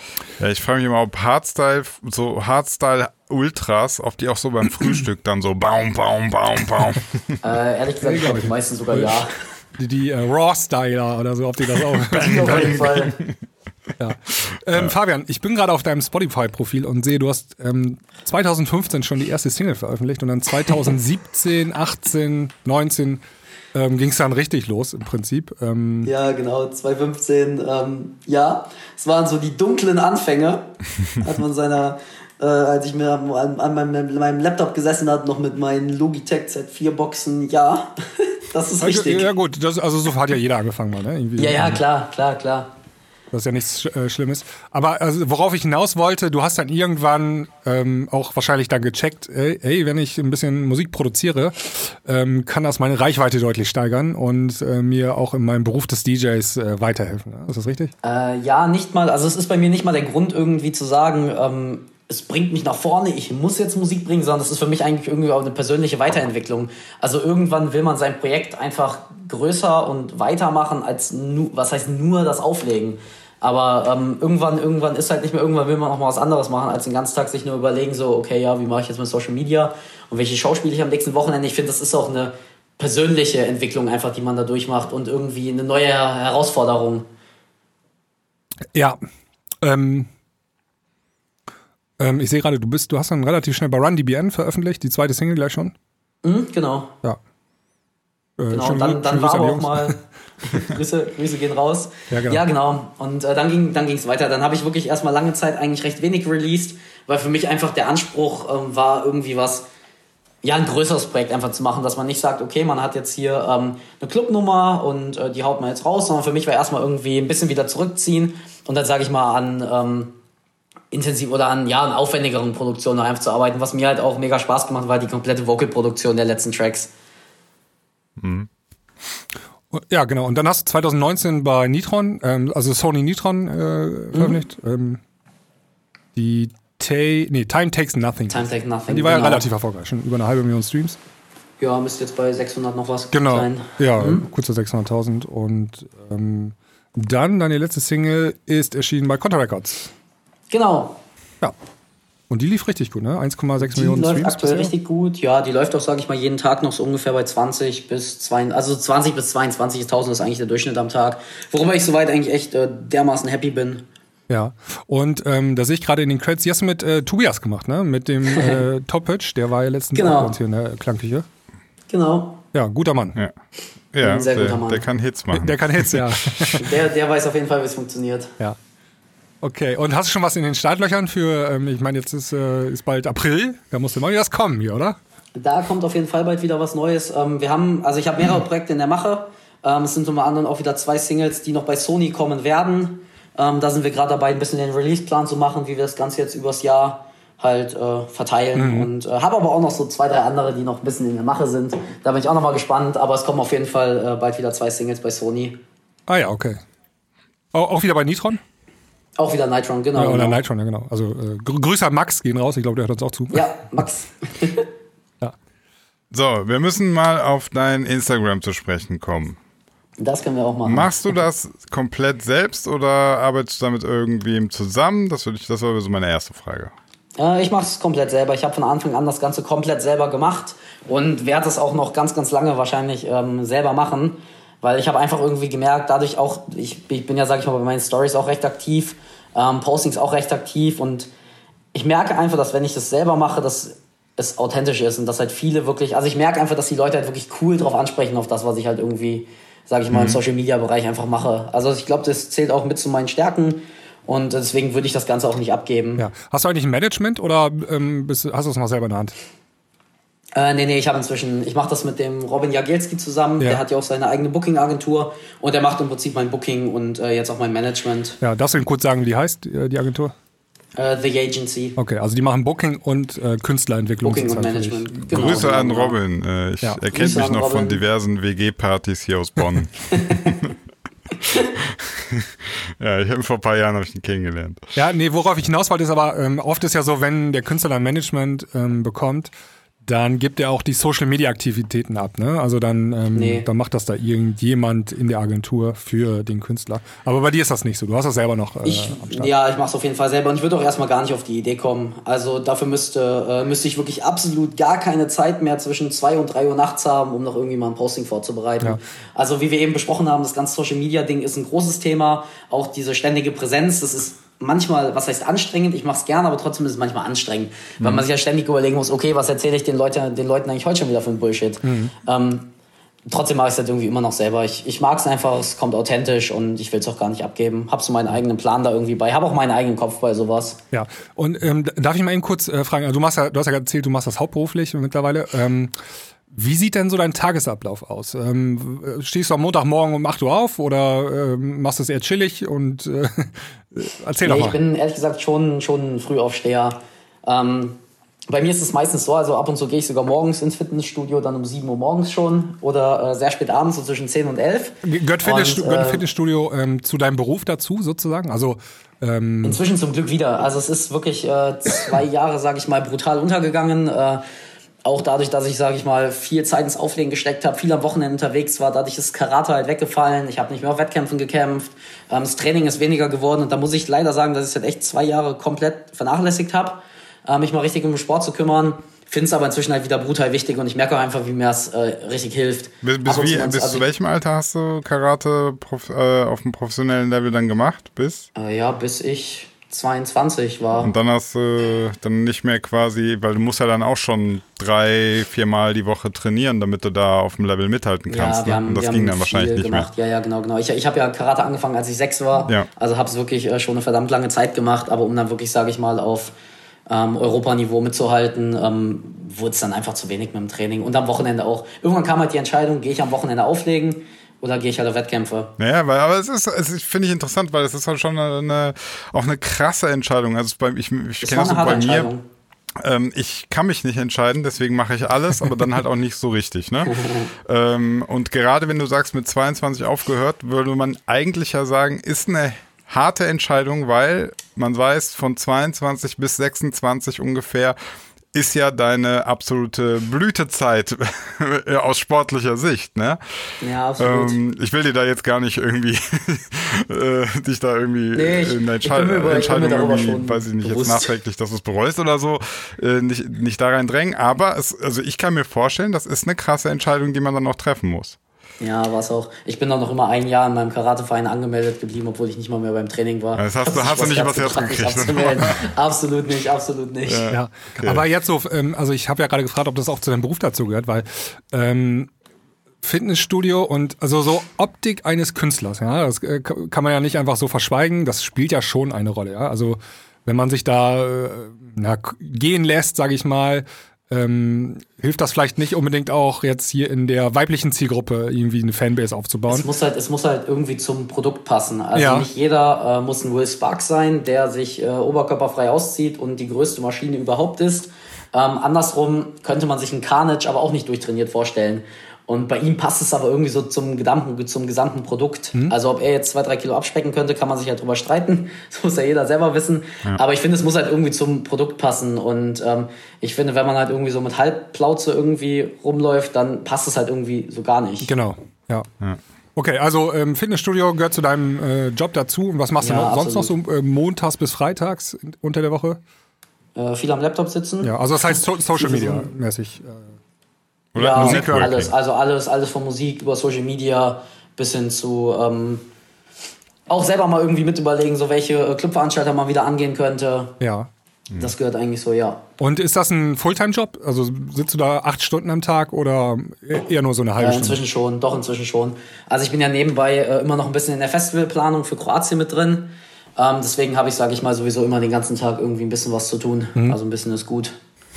Ja, ich frage mich immer, ob Hardstyle, so Hardstyle-Ultras, ob die auch so beim Frühstück dann so baum, baum, baum, baum. Äh, ehrlich gesagt, ich glaube, die meisten sogar ja. Die, die äh, Raw-Styler oder so, ob die das auch... Die auf jeden Fall. Ja. Ähm, ja. Fabian, ich bin gerade auf deinem Spotify-Profil und sehe, du hast ähm, zwanzig fünfzehn schon die erste Single veröffentlicht und dann zwanzig siebzehn, achtzehn, neunzehn ähm, ging es dann richtig los im Prinzip. Ähm, ja, genau, zwanzig fünfzehn, ähm, ja, es waren so die dunklen Anfänge, als man seiner, äh, als ich mir an, an meinem, meinem Laptop gesessen hat, noch mit meinen Logitech Z vier Boxen, ja, das ist richtig. Ja gut, das, also so hat ja jeder angefangen mal, ne? Irgendwie ja, so. ja, klar, klar, klar. Das ist ja nichts äh, Schlimmes. Aber also, worauf ich hinaus wollte, du hast dann irgendwann ähm, auch wahrscheinlich dann gecheckt, ey, ey, wenn ich ein bisschen Musik produziere, ähm, kann das meine Reichweite deutlich steigern und äh, mir auch in meinem Beruf des D Js äh, weiterhelfen. Ist das richtig? Äh, ja, nicht mal, also es ist bei mir nicht mal der Grund irgendwie zu sagen, ähm, es bringt mich nach vorne, ich muss jetzt Musik bringen, sondern das ist für mich eigentlich irgendwie auch eine persönliche Weiterentwicklung. Also irgendwann will man sein Projekt einfach größer und weitermachen als nur, was heißt nur das Auflegen. Aber ähm, irgendwann, irgendwann ist halt nicht mehr, irgendwann will man auch mal was anderes machen, als den ganzen Tag sich nur überlegen, so, okay, ja, wie mache ich jetzt mit Social Media und welche Show spiele ich am nächsten Wochenende. Ich finde, das ist auch eine persönliche Entwicklung einfach, die man da durchmacht und irgendwie eine neue Herausforderung. Ja, ähm, ähm ich sehe gerade, du bist, du hast dann relativ schnell bei Run D B N veröffentlicht, die zweite Single gleich schon. Mhm, genau. Ja. Äh, genau, und dann, dann war aber auch mal Grüße, Grüße gehen raus. Ja, genau. Ja, genau. Und äh, dann ging dann ging's weiter. Dann habe ich wirklich erstmal lange Zeit eigentlich recht wenig released, weil für mich einfach der Anspruch ähm, war, irgendwie was, ja, ein größeres Projekt einfach zu machen, dass man nicht sagt, okay, man hat jetzt hier ähm, eine Clubnummer und äh, die haut man jetzt raus, sondern für mich war erstmal irgendwie ein bisschen wieder zurückziehen und dann sage ich mal an ähm, intensiv oder an, ja, an aufwendigeren Produktionen einfach zu arbeiten, was mir halt auch mega Spaß gemacht hat, war die komplette Vocal-Produktion der letzten Tracks. Mhm. Ja, genau. Und dann hast du zwanzig neunzehn bei Nitron, ähm, also Sony Nitron äh, veröffentlicht, mhm. ähm, die Ta- nee, Time Takes Nothing. Time Takes Nothing. Die war genau. ja relativ erfolgreich, schon über eine halbe Million Streams. Ja, müsste jetzt bei sechshundert noch was genau. sein. Ja, mhm. kurz vor sechshunderttausend. Und ähm, dann, deine letzte Single ist erschienen bei Contra Records. Genau. Ja. Und die lief richtig gut, ne? eins Komma sechs die Millionen läuft Streams. aktuell bisher. richtig gut. Ja, die läuft auch, sage ich mal, jeden Tag noch so ungefähr bei zwanzig bis zweiundzwanzig, also zwanzig bis zweiundzwanzigtausend ist eigentlich der Durchschnitt am Tag. Worüber ich soweit eigentlich echt äh, dermaßen happy bin. Ja, und ähm, da sehe ich gerade in den Credits, die hast du mit äh, Tobias gemacht, ne? Mit dem äh, Top-Pitch, der war ja letztens genau. auch bei uns hier in der Klangküche. Genau. Ja, guter Mann. Ja, ja Ein sehr der, guter Mann. der kann Hits machen. Der kann Hits, ja. der, der weiß auf jeden Fall, wie es funktioniert. Ja. Okay, und hast du schon was in den Startlöchern für, ähm, ich meine, jetzt ist, äh, ist bald April, da musste mal wieder was kommen hier, oder? Da kommt auf jeden Fall bald wieder was Neues. Ähm, wir haben, also ich habe mehrere Projekte in der Mache. Ähm, es sind unter anderem auch wieder zwei Singles, die noch bei Sony kommen werden. Ähm, da sind wir gerade dabei, ein bisschen den Release-Plan zu machen, wie wir das Ganze jetzt übers Jahr halt äh, verteilen. Mhm. Und äh, habe aber auch noch so zwei, drei andere, die noch ein bisschen in der Mache sind. Da bin ich auch noch mal gespannt, aber es kommen auf jeden Fall äh, bald wieder zwei Singles bei Sony. Ah ja, okay. Auch, auch wieder bei Nitron? Auch wieder Nitron, genau. Ja, oder genau. Nitron, ja genau. Also äh, gr- Grüße an Max gehen raus, ich glaube, der hört uns auch zu. Ja, Max. Ja. So, wir müssen mal auf dein Instagram zu sprechen kommen. Das können wir auch machen. Machst du das komplett selbst oder arbeitest du da mit irgendwem zusammen? Das, würde ich, das war so meine erste Frage. Äh, ich mache es komplett selber. Ich habe von Anfang an das Ganze komplett selber gemacht und werde es auch noch ganz, ganz lange wahrscheinlich ähm, selber machen. Weil ich habe einfach irgendwie gemerkt, dadurch auch, ich, ich bin ja, sag ich mal, bei meinen Stories auch recht aktiv, ähm, Postings auch recht aktiv und ich merke einfach, dass wenn ich das selber mache, dass es authentisch ist und dass halt viele wirklich, also ich merke einfach, dass die Leute halt wirklich cool drauf ansprechen, auf das, was ich halt irgendwie, sag ich mal, mhm. im Social-Media-Bereich einfach mache. Also ich glaube, das zählt auch mit zu meinen Stärken und deswegen würde ich das Ganze auch nicht abgeben. Ja. Hast du eigentlich ein Management oder ähm, bist, hast du es mal selber in der Hand? Äh, nee, nee, ich habe inzwischen, ich mache das mit dem Robin Jagielski zusammen, ja. der hat ja auch seine eigene Booking-Agentur und der macht im Prinzip mein Booking und äh, jetzt auch mein Management. Ja, darfst du kurz sagen, wie die heißt, die Agentur? Uh, The Agency. Okay, also die machen Booking und äh, Künstlerentwicklung. Booking und Management. Genau, Grüße genau, an genau. Robin. Äh, ich, Ja. Er kennt Grüße mich an noch Robin. von diversen W G-Partys hier aus Bonn. Ja, ich habe vor ein paar Jahren hab ich ihn kennengelernt. Ja, nee, worauf ich hinaus wollte, ist aber, ähm, oft ist ja so, wenn der Künstler ein Management ähm, bekommt, dann gibt er auch die Social-Media-Aktivitäten ab, ne? Also dann, ähm, Nee. dann macht das da irgendjemand in der Agentur für den Künstler. Aber bei dir ist das nicht so. Du hast das selber noch äh, Ich, am Start. ja, ich mache es auf jeden Fall selber und ich würde auch erstmal gar nicht auf die Idee kommen. Also dafür müsste, äh, müsste ich wirklich absolut gar keine Zeit mehr zwischen zwei und drei Uhr nachts haben, um noch irgendwie mal ein Posting vorzubereiten. Ja. Also wie wir eben besprochen haben, das ganze Social-Media-Ding ist ein großes Thema. Auch diese ständige Präsenz, das ist manchmal, was heißt anstrengend, ich mache es gerne, aber trotzdem ist es manchmal anstrengend, weil man sich ja ständig überlegen muss, okay, was erzähle ich den, Leute, den Leuten eigentlich heute schon wieder für ein Bullshit. Mhm. Ähm, trotzdem mache ich es halt irgendwie immer noch selber. Ich, ich mag es einfach, es kommt authentisch und ich will es auch gar nicht abgeben. Hab so meinen eigenen Plan da irgendwie bei, habe auch meinen eigenen Kopf bei sowas. Ja, und ähm, darf ich mal eben kurz äh, fragen, also du, machst ja, du hast ja gerade erzählt, du machst das hauptberuflich mittlerweile. Ähm, wie sieht denn so dein Tagesablauf aus? Ähm, stehst du am Montagmorgen um acht Uhr auf oder ähm, machst du es eher chillig? Und äh, erzähl Nee, doch mal. ich bin ehrlich gesagt schon, schon ein Frühaufsteher. Ähm, bei mir ist es meistens so, also ab und zu gehe ich sogar morgens ins Fitnessstudio, dann um sieben Uhr morgens schon oder äh, sehr spät abends, so zwischen zehn und elf. Gehört Fitnessstu- Und, gehört äh, Fitnessstudio ähm, zu deinem Beruf dazu sozusagen? Also ähm, Inzwischen zum Glück wieder. Also es ist wirklich äh, zwei Jahre, sage ich mal, brutal untergegangen. Äh, auch dadurch, dass ich, sage ich mal, viel Zeit ins Auflegen gesteckt habe, viel am Wochenende unterwegs war, dadurch ist Karate halt weggefallen. Ich habe nicht mehr auf Wettkämpfen gekämpft. Ähm, das Training ist weniger geworden und da muss ich leider sagen, dass ich es halt echt zwei Jahre komplett vernachlässigt habe, äh, mich mal richtig um den Sport zu kümmern. Finde es aber inzwischen halt wieder brutal wichtig und ich merke auch einfach, wie mir das äh, richtig hilft. Bis, bis, Ab und wie, zu mal- bis also, zu welchem Alter hast du Karate prof, äh, auf dem professionellen Level dann gemacht? Bis? Äh, ja, bis ich zweiundzwanzig war. Und dann hast du dann nicht mehr quasi, weil du musst ja dann auch schon drei, viermal die Woche trainieren, damit du da auf dem Level mithalten kannst. Ja, wir ne? haben, Und das wir ging haben dann wahrscheinlich viel nicht gemacht. mehr. Ja, ja, genau, genau. Ich, ich habe ja Karate angefangen, als ich sechs war. Ja. Also habe es wirklich äh, schon eine verdammt lange Zeit gemacht. Aber um dann wirklich, sage ich mal, auf ähm, Europaniveau mitzuhalten, ähm, wurde es dann einfach zu wenig mit dem Training. Und am Wochenende auch. Irgendwann kam halt die Entscheidung, gehe ich am Wochenende auflegen oder gehe ich halt auf Wettkämpfe. Naja, weil, aber es ist, es ist finde ich interessant, weil es ist halt schon eine, eine, auch eine krasse Entscheidung. Also es bei, ich, ich Das kenne war das so eine harte bei mir. Entscheidung. Ähm, ich kann mich nicht entscheiden, deswegen mache ich alles, aber dann halt auch nicht so richtig. Ne? ähm, und gerade wenn du sagst, mit zweiundzwanzig aufgehört, würde man eigentlich ja sagen, ist eine harte Entscheidung, weil man weiß, von zweiundzwanzig bis sechsundzwanzig ungefähr ist ja deine absolute Blütezeit aus sportlicher Sicht, ne? Ja, absolut. Ähm, ich will dir da jetzt gar nicht irgendwie äh, dich da irgendwie Nee, ich- in der ich Entschei- bin mir über- ich bin mir Entscheidung darüber irgendwie, schon weiß ich nicht, bewusst. jetzt nachträglich, dass du es bereust oder so, äh, nicht, nicht da rein drängen. Aber es, also ich kann mir vorstellen, das ist eine krasse Entscheidung, die man dann noch treffen muss. Ja, war es auch. Ich bin dann noch immer ein Jahr in meinem Karateverein angemeldet geblieben, obwohl ich nicht mal mehr beim Training war. Das hast du- Hab hast du sich nicht was übers Herz gebracht, mich gekriegt, ne? abzumelden. Absolut nicht, absolut nicht. Ja, okay. aber jetzt so, ähm, also ich habe ja gerade gefragt, ob das auch zu deinem Beruf dazu gehört, weil ähm, Fitnessstudio und also so Optik eines Künstlers, ja, das äh, kann man ja nicht einfach so verschweigen, das spielt ja schon eine Rolle, ja. Also wenn man sich da äh, na, gehen lässt, sage ich mal, ähm, hilft das vielleicht nicht unbedingt auch jetzt hier in der weiblichen Zielgruppe irgendwie eine Fanbase aufzubauen. Es muss halt, es muss halt irgendwie zum Produkt passen. Also Ja. nicht jeder äh, muss ein Will Sparks sein, der sich äh, oberkörperfrei auszieht und die größte Maschine überhaupt ist. Ähm, andersrum könnte man sich einen Carnage aber auch nicht durchtrainiert vorstellen. Und bei ihm passt es aber irgendwie so zum gesamten, zum gesamten Produkt. Mhm. Also ob er jetzt zwei, drei Kilo abspecken könnte, kann man sich halt drüber streiten. Das muss ja jeder selber wissen. Ja. Aber ich finde, es muss halt irgendwie zum Produkt passen. Und ähm, ich finde, wenn man halt irgendwie so mit Halbplauze irgendwie rumläuft, dann passt es halt irgendwie so gar nicht. Genau, ja. ja. Okay, also ähm, Fitnessstudio gehört zu deinem äh, Job dazu. Und was machst Ja, du noch, sonst absolut. noch so äh, montags bis freitags unter der Woche? Äh, viel am Laptop sitzen. Ja, also das heißt so, Social Media mäßig. Äh, Oder Ja, Musik hören. alles, also alles, alles von Musik über Social Media bis hin zu ähm, auch selber mal irgendwie mit überlegen, so welche äh, Clubveranstalter man wieder angehen könnte. ja. Das gehört eigentlich so, ja. Und ist das ein Fulltime-Job? Also sitzt du da acht Stunden am Tag oder eher nur so eine halbe Äh, Stunde? inzwischen schon, doch inzwischen schon. Also ich bin ja nebenbei äh, immer noch ein bisschen in der Festivalplanung für Kroatien mit drin. Ähm, deswegen habe ich, sage ich mal, sowieso immer den ganzen Tag irgendwie ein bisschen was zu tun. Mhm. Also ein bisschen ist gut.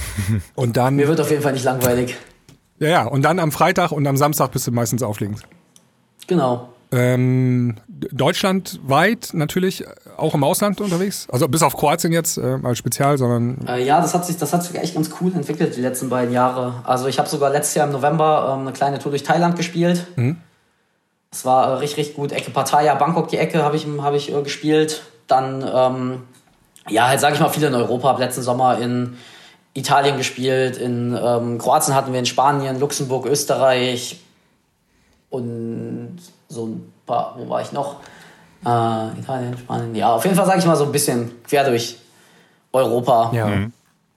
Und dann, Mir wird auf jeden Fall nicht langweilig. ja, ja, und dann am Freitag und am Samstag bist du meistens auflegend. Genau. Ähm, deutschlandweit natürlich, auch im Ausland unterwegs? Also bis auf Kroatien jetzt äh, als Spezial, sondern Äh, ja, das hat sich, das hat sich echt ganz cool entwickelt die letzten beiden Jahre. Also ich habe sogar letztes Jahr im November ähm, eine kleine Tour durch Thailand gespielt. Mhm. Das war äh, richtig, richtig gut. Ecke Pattaya, Bangkok, die Ecke habe ich, hab ich äh, gespielt. Dann, ähm, ja, halt sage ich mal, viel in Europa. Hab letzten Sommer in, Italien gespielt, in ähm, Kroatien hatten wir, in Spanien, Luxemburg, Österreich und so ein paar, wo war ich noch? Äh, Italien, Spanien, ja, auf jeden Fall sage ich mal so ein bisschen quer durch Europa. Ja. Mhm.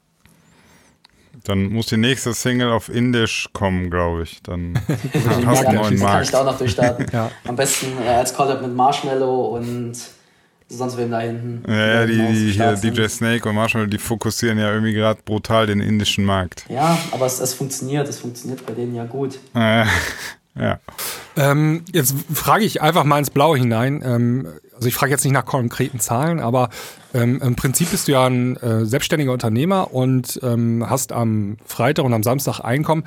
Dann muss die nächste Single auf Indisch kommen, glaube ich. Dann hast du einen neuen Markt. Kann ich da auch noch durchstarten. Ja. Am besten äh, als Collab mit Marshmello und sonst wem da hinten. Ja, ja, die, die hier D J Snake und Marshmello, die fokussieren ja irgendwie gerade brutal den indischen Markt. Ja, aber es, es funktioniert. Es funktioniert bei denen ja gut. Äh, ja. Ähm, jetzt frage ich einfach mal ins Blaue hinein. Ähm, also ich frage jetzt nicht nach konkreten Zahlen, aber ähm, im Prinzip bist du ja ein äh, selbstständiger Unternehmer und ähm, hast am Freitag und am Samstag Einkommen.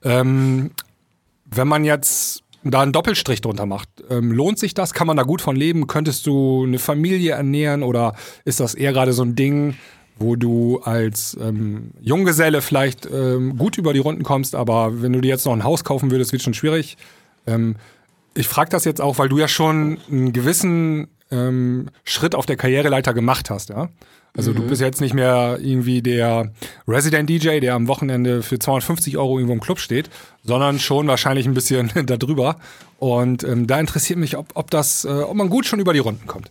Ähm, wenn man jetzt da einen Doppelstrich drunter macht, ähm, lohnt sich das? Kann man da gut von leben? Könntest du eine Familie ernähren oder ist das eher gerade so ein Ding, wo du als ähm, Junggeselle vielleicht ähm, gut über die Runden kommst, aber wenn du dir jetzt noch ein Haus kaufen würdest, wird schon schwierig. Ähm, ich frage das jetzt auch, weil du ja schon einen gewissen ähm, Schritt auf der Karriereleiter gemacht hast, ja? Also mhm. du bist jetzt nicht mehr irgendwie der Resident D J, der am Wochenende für zweihundertfünfzig Euro irgendwo im Club steht, sondern schon wahrscheinlich ein bisschen darüber. Und ähm, da interessiert mich, ob, ob, das, äh, ob man gut schon über die Runden kommt.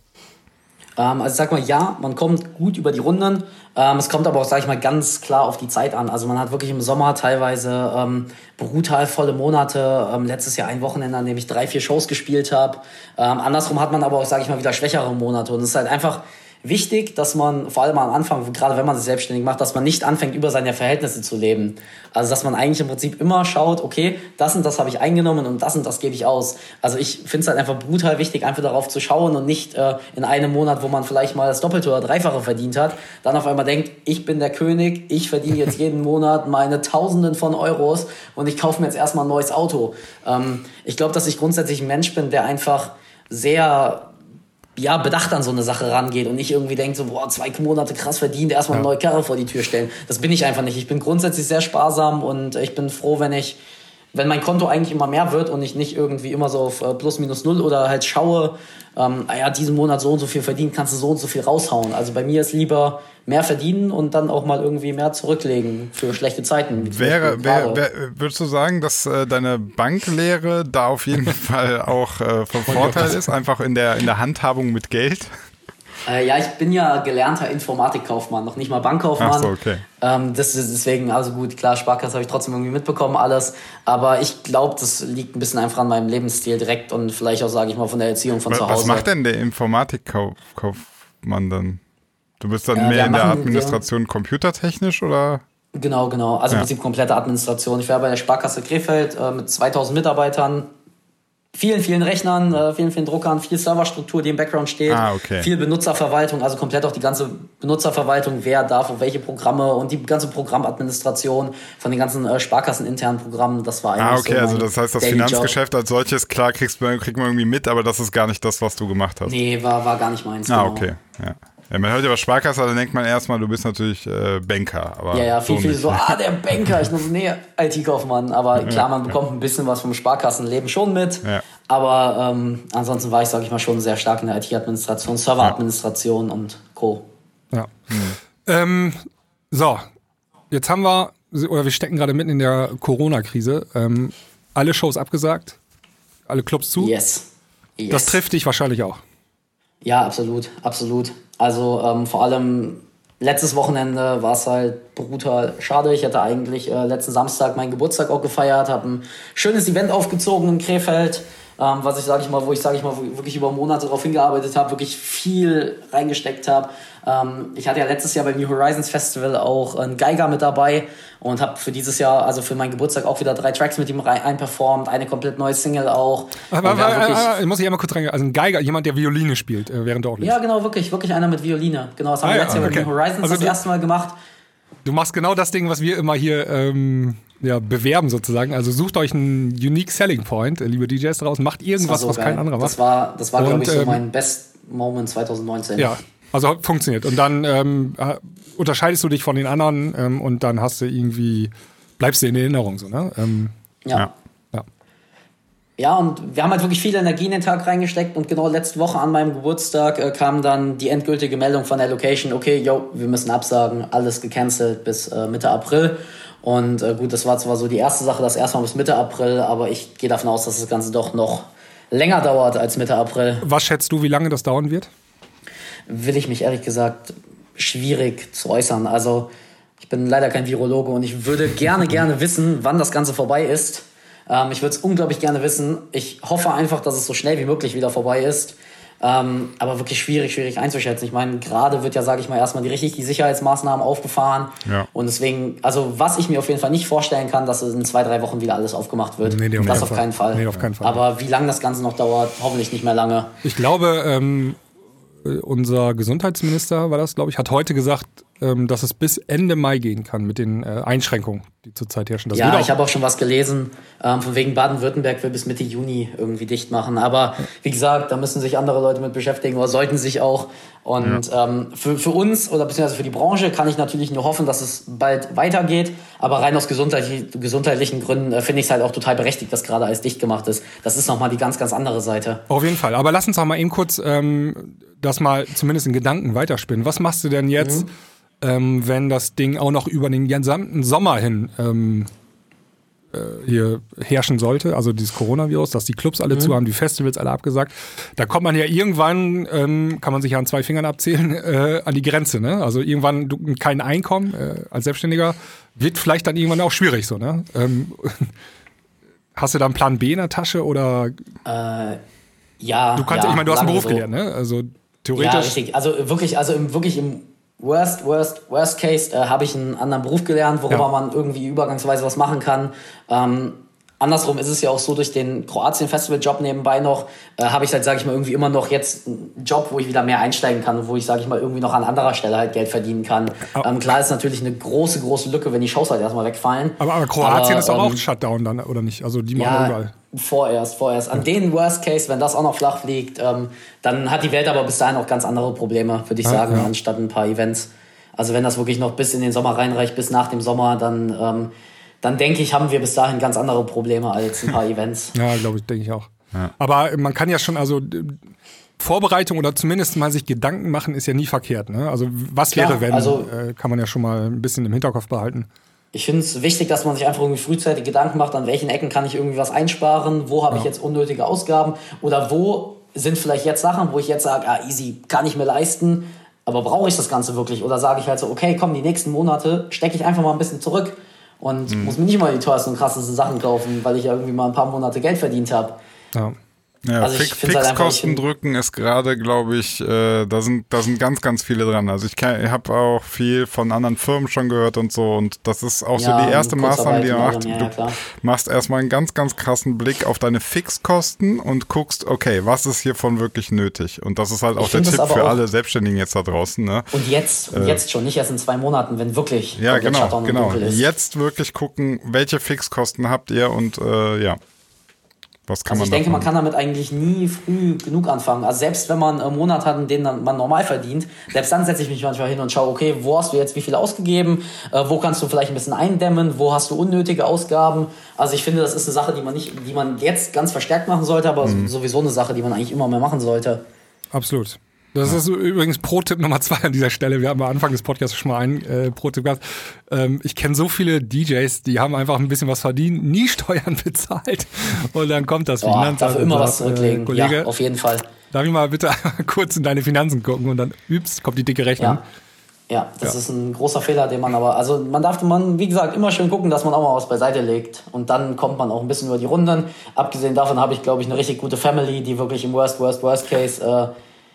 Ähm, also sag mal, ja, man kommt gut über die Runden. Ähm, es kommt aber auch, sag ich mal, ganz klar auf die Zeit an. Also man hat wirklich im Sommer teilweise ähm, brutal volle Monate. Ähm, letztes Jahr ein Wochenende, an dem ich drei, vier Shows gespielt habe. Ähm, andersrum hat man aber auch, sag ich mal, wieder schwächere Monate. Und es ist halt einfach wichtig, dass man, vor allem am Anfang, gerade wenn man sich selbstständig macht, dass man nicht anfängt, über seine Verhältnisse zu leben. Also dass man eigentlich im Prinzip immer schaut, okay, das und das habe ich eingenommen und das und das gebe ich aus. Also ich finde es halt einfach brutal wichtig, einfach darauf zu schauen und nicht äh, in einem Monat, wo man vielleicht mal das Doppelte oder Dreifache verdient hat, dann auf einmal denkt, ich bin der König, ich verdiene jetzt jeden Monat meine Tausenden von Euros und ich kaufe mir jetzt erstmal ein neues Auto. Ähm, ich glaube, dass ich grundsätzlich ein Mensch bin, der einfach sehr ja, bedacht an so eine Sache rangeht und nicht irgendwie denkt so, boah, zwei Monate krass verdient, erstmal eine neue Karre vor die Tür stellen. Das bin ich einfach nicht. Ich bin grundsätzlich sehr sparsam und ich bin froh, wenn ich, wenn mein Konto eigentlich immer mehr wird und ich nicht irgendwie immer so auf plus minus null oder halt schaue, ähm, ja, diesen Monat so und so viel verdient, kannst du so und so viel raushauen. Also bei mir ist lieber mehr verdienen und dann auch mal irgendwie mehr zurücklegen für schlechte Zeiten. Wäre, wär, wär, würdest du sagen, dass äh, deine Banklehre da auf jeden Fall auch äh, von Vorteil ist, einfach in der, in der Handhabung mit Geld? Äh, ja, ich bin ja gelernter Informatikkaufmann, noch nicht mal Bankkaufmann. Ach so, okay. Ähm, das, deswegen, also gut, klar, Sparkasse habe ich trotzdem irgendwie mitbekommen, alles. Aber ich glaube, das liegt ein bisschen einfach an meinem Lebensstil direkt und vielleicht auch, sage ich mal, von der Erziehung von was, zu Hause. Was macht denn der Informatikkaufmann dann? Du bist dann äh, mehr in der machen, Administration ja. computertechnisch oder? Genau, genau. Also ja. im Prinzip komplette Administration. Ich war bei der Sparkasse Krefeld äh, mit zweitausend Mitarbeitern. Vielen, vielen Rechnern, äh, vielen, vielen Druckern, viel Serverstruktur, die im Background steht, ah, okay. viel Benutzerverwaltung, also komplett auch die ganze Benutzerverwaltung, wer darf auf welche Programme und die ganze Programmadministration von den ganzen äh, Sparkassen-internen Programmen, das war eigentlich Ah, okay, so also das heißt, das Daily Finanzgeschäft Job. als solches, klar, kriegst man, kriegt man irgendwie mit, aber das ist gar nicht das, was du gemacht hast. Nee, war, war gar nicht meins. Ah, genau. okay, ja. Ja, man hört ja über Sparkasse, dann denkt man erstmal, du bist natürlich äh, Banker. Aber ja, ja, viel, so viel nicht. so, ah, der Banker, ich nur so, nee, I T-Kaufmann. Aber klar, man bekommt ein bisschen was vom Sparkassenleben schon mit. Ja. Aber ähm, ansonsten war ich, sag ich mal, schon sehr stark in der I T-Administration, Serveradministration ja. und Co. Ja. Mhm. Ähm, so, jetzt haben wir, oder wir stecken gerade mitten in der Corona-Krise. Ähm, alle Shows abgesagt, alle Clubs zu. Yes. yes. Das trifft dich wahrscheinlich auch. Ja, absolut, absolut. Also ähm, vor allem letztes Wochenende war es halt brutal schade. Ich hatte eigentlich äh, letzten Samstag meinen Geburtstag auch gefeiert, habe ein schönes Event aufgezogen in Krefeld, ähm, was ich, sage ich mal, wo ich, sage ich mal, wirklich über Monate darauf hingearbeitet habe, wirklich viel reingesteckt habe. Ähm, ich hatte ja letztes Jahr beim New Horizons Festival auch einen Geiger mit dabei und habe für dieses Jahr, also für meinen Geburtstag auch wieder drei Tracks mit ihm einperformt, eine komplett neue Single auch. Aber, aber, aber, muss ich einmal kurz reingehen, also ein Geiger, jemand, der Violine spielt, während du auch lebst. Ja, genau, wirklich, wirklich einer mit Violine. Genau, das haben ah, wir letztes ja, Jahr okay. bei New Horizons also das du, erste Mal gemacht. Du machst genau das Ding, was wir immer hier ähm, ja, bewerben sozusagen. Also sucht euch einen Unique Selling Point, liebe D Js draußen, macht irgendwas, so was geil. Kein anderer macht. Das war, das war glaube ich, so ähm, mein Best Moment zwanzig neunzehn. Ja, also funktioniert. Und dann ähm, unterscheidest du dich von den anderen ähm, und dann hast du irgendwie, bleibst du in Erinnerung. So, ne? Ähm, ja. ja. Ja, und wir haben halt wirklich viel Energie in den Tag reingesteckt und genau letzte Woche an meinem Geburtstag äh, kam dann die endgültige Meldung von der Location, okay, yo, wir müssen absagen, alles gecancelt bis äh, Mitte April. Und äh, gut, das war zwar so die erste Sache, das erstmal bis Mitte April, aber ich gehe davon aus, dass das Ganze doch noch länger dauert als Mitte April. Was schätzt du, wie lange das dauern wird? Will ich mich ehrlich gesagt schwierig zu äußern. Also ich bin leider kein Virologe und ich würde gerne, gerne wissen, wann das Ganze vorbei ist. Ähm, ich würde es unglaublich gerne wissen. Ich hoffe einfach, dass es so schnell wie möglich wieder vorbei ist. Ähm, aber wirklich schwierig, schwierig einzuschätzen. Ich meine, gerade wird ja, sage ich mal, erstmal die richtig die Sicherheitsmaßnahmen aufgefahren. Ja. Und deswegen, also was ich mir auf jeden Fall nicht vorstellen kann, dass in zwei, drei Wochen wieder alles aufgemacht wird. Nee, nee, auf das keinen auf Fall. keinen Fall. Nee, auf keinen Fall. Aber wie lange das Ganze noch dauert, hoffentlich nicht mehr lange. Ich glaube, ähm, unser Gesundheitsminister, war das, glaube ich, hat heute gesagt, ähm, dass es bis Ende Mai gehen kann mit den äh, Einschränkungen, die zurzeit herrschen. Das ja, ich habe auch schon was gelesen, ähm, von wegen Baden-Württemberg will bis Mitte Juni irgendwie dicht machen. Aber wie gesagt, da müssen sich andere Leute mit beschäftigen oder sollten sich auch. Und ja. ähm, für, für uns oder beziehungsweise für die Branche kann ich natürlich nur hoffen, dass es bald weitergeht. Aber rein aus gesundheitlich, gesundheitlichen Gründen äh, finde ich es halt auch total berechtigt, dass gerade alles dicht gemacht ist. Das ist nochmal die ganz, ganz andere Seite. Auf jeden Fall. Aber lass uns doch mal eben kurz ähm, das mal zumindest in Gedanken weiterspinnen. Was machst du denn jetzt, mhm. ähm, wenn das Ding auch noch über den gesamten Sommer hin ähm, äh, hier herrschen sollte? Also dieses Coronavirus, dass die Clubs alle mhm. zu haben, die Festivals alle abgesagt. Da kommt man ja irgendwann, ähm, kann man sich ja an zwei Fingern abzählen, äh, an die Grenze. Ne? Also irgendwann du, kein Einkommen äh, als Selbstständiger wird vielleicht dann irgendwann auch schwierig. So, ne? Ähm, hast du da einen Plan B in der Tasche oder? Äh, ja. Du kannst, ja, ich meine, du hast einen Beruf so. gelernt, ne? Also theoretisch. Ja, richtig. Also wirklich, also im, wirklich im Worst, Worst, Worst Case äh, habe ich einen anderen Beruf gelernt, worüber ja. man irgendwie übergangsweise was machen kann. Ähm, andersrum ist es ja auch so, durch den Kroatien-Festival-Job nebenbei noch, äh, habe ich halt, sage ich mal, irgendwie immer noch jetzt einen Job, wo ich wieder mehr einsteigen kann und wo ich, sage ich mal, irgendwie noch an anderer Stelle halt Geld verdienen kann. Ähm, klar ist natürlich eine große, große Lücke, wenn die Shows halt erstmal wegfallen. Aber, aber Kroatien aber, ist doch ähm, auch Shutdown dann, oder nicht? Also die machen ja, überall. Vorerst, vorerst. An den Worst Case, wenn das auch noch flach fliegt, ähm, dann hat die Welt aber bis dahin auch ganz andere Probleme, würde ich sagen, ja, ja. anstatt ein paar Events. Also wenn das wirklich noch bis in den Sommer reinreicht, bis nach dem Sommer, dann, ähm, dann denke ich, haben wir bis dahin ganz andere Probleme als ein paar Events. Ja, glaube ich, denke ich auch. Ja. Aber man kann ja schon, also Vorbereitung oder zumindest mal sich Gedanken machen, ist ja nie verkehrt. Ne? Also was Klar, wäre, wenn, also, äh, kann man ja schon mal ein bisschen im Hinterkopf behalten. Ich finde es wichtig, dass man sich einfach irgendwie frühzeitig Gedanken macht, an welchen Ecken kann ich irgendwie was einsparen, wo habe ja. ich jetzt unnötige Ausgaben oder wo sind vielleicht jetzt Sachen, wo ich jetzt sage, ah, easy, kann ich mir leisten, aber brauche ich das Ganze wirklich? Oder sage ich halt so, okay, komm, die nächsten Monate stecke ich einfach mal ein bisschen zurück und mhm. muss mir nicht mal die teuersten und krassesten Sachen kaufen, weil ich ja irgendwie mal ein paar Monate Geld verdient habe. Ja. Ja, also Fix, Fixkosten halt drücken ist gerade, glaube ich, äh, da sind da sind ganz, ganz viele dran. Also ich, ich habe auch viel von anderen Firmen schon gehört und so und das ist auch ja, so die erste Maßnahme, die ihr macht. Ja, du ja, machst erstmal einen ganz, ganz krassen Blick auf deine Fixkosten und guckst, okay, was ist hiervon wirklich nötig? Und das ist halt auch ich der Tipp für alle Selbstständigen jetzt da draußen. Ne? Und jetzt, und jetzt schon, nicht erst in zwei Monaten, wenn wirklich ja, genau, genau. Jetzt wirklich gucken, welche Fixkosten habt ihr und äh, ja. Was kann also man ich denke, davon? man kann damit eigentlich nie früh genug anfangen. Also selbst wenn man einen Monat hat, in dem man normal verdient, selbst dann setze ich mich manchmal hin und schaue, okay, wo hast du jetzt wie viel ausgegeben? Äh, wo kannst du vielleicht ein bisschen eindämmen? Wo hast du unnötige Ausgaben? Also ich finde, das ist eine Sache, die man nicht, die man jetzt ganz verstärkt machen sollte, aber mhm. sowieso eine Sache, die man eigentlich immer mehr machen sollte. Absolut. Das ist übrigens Pro-Tipp Nummer zwei an dieser Stelle. Wir haben am Anfang des Podcasts schon mal einen äh, Pro-Tipp gehabt. Ähm, ich kenne so viele D Js, die haben einfach ein bisschen was verdient, nie Steuern bezahlt und dann kommt das Finanzamt. Dafür immer was zurücklegen. Äh, Kollege, ja, auf jeden Fall. Darf ich mal bitte kurz in deine Finanzen gucken und dann, üps, kommt die dicke Rechnung. Ja, ja das ja. ist ein großer Fehler, den man aber, also man darf, man, wie gesagt, immer schön gucken, dass man auch mal was beiseite legt und dann kommt man auch ein bisschen über die Runden. Abgesehen davon habe ich, glaube ich, eine richtig gute Family, die wirklich im Worst, Worst, Worst Case äh,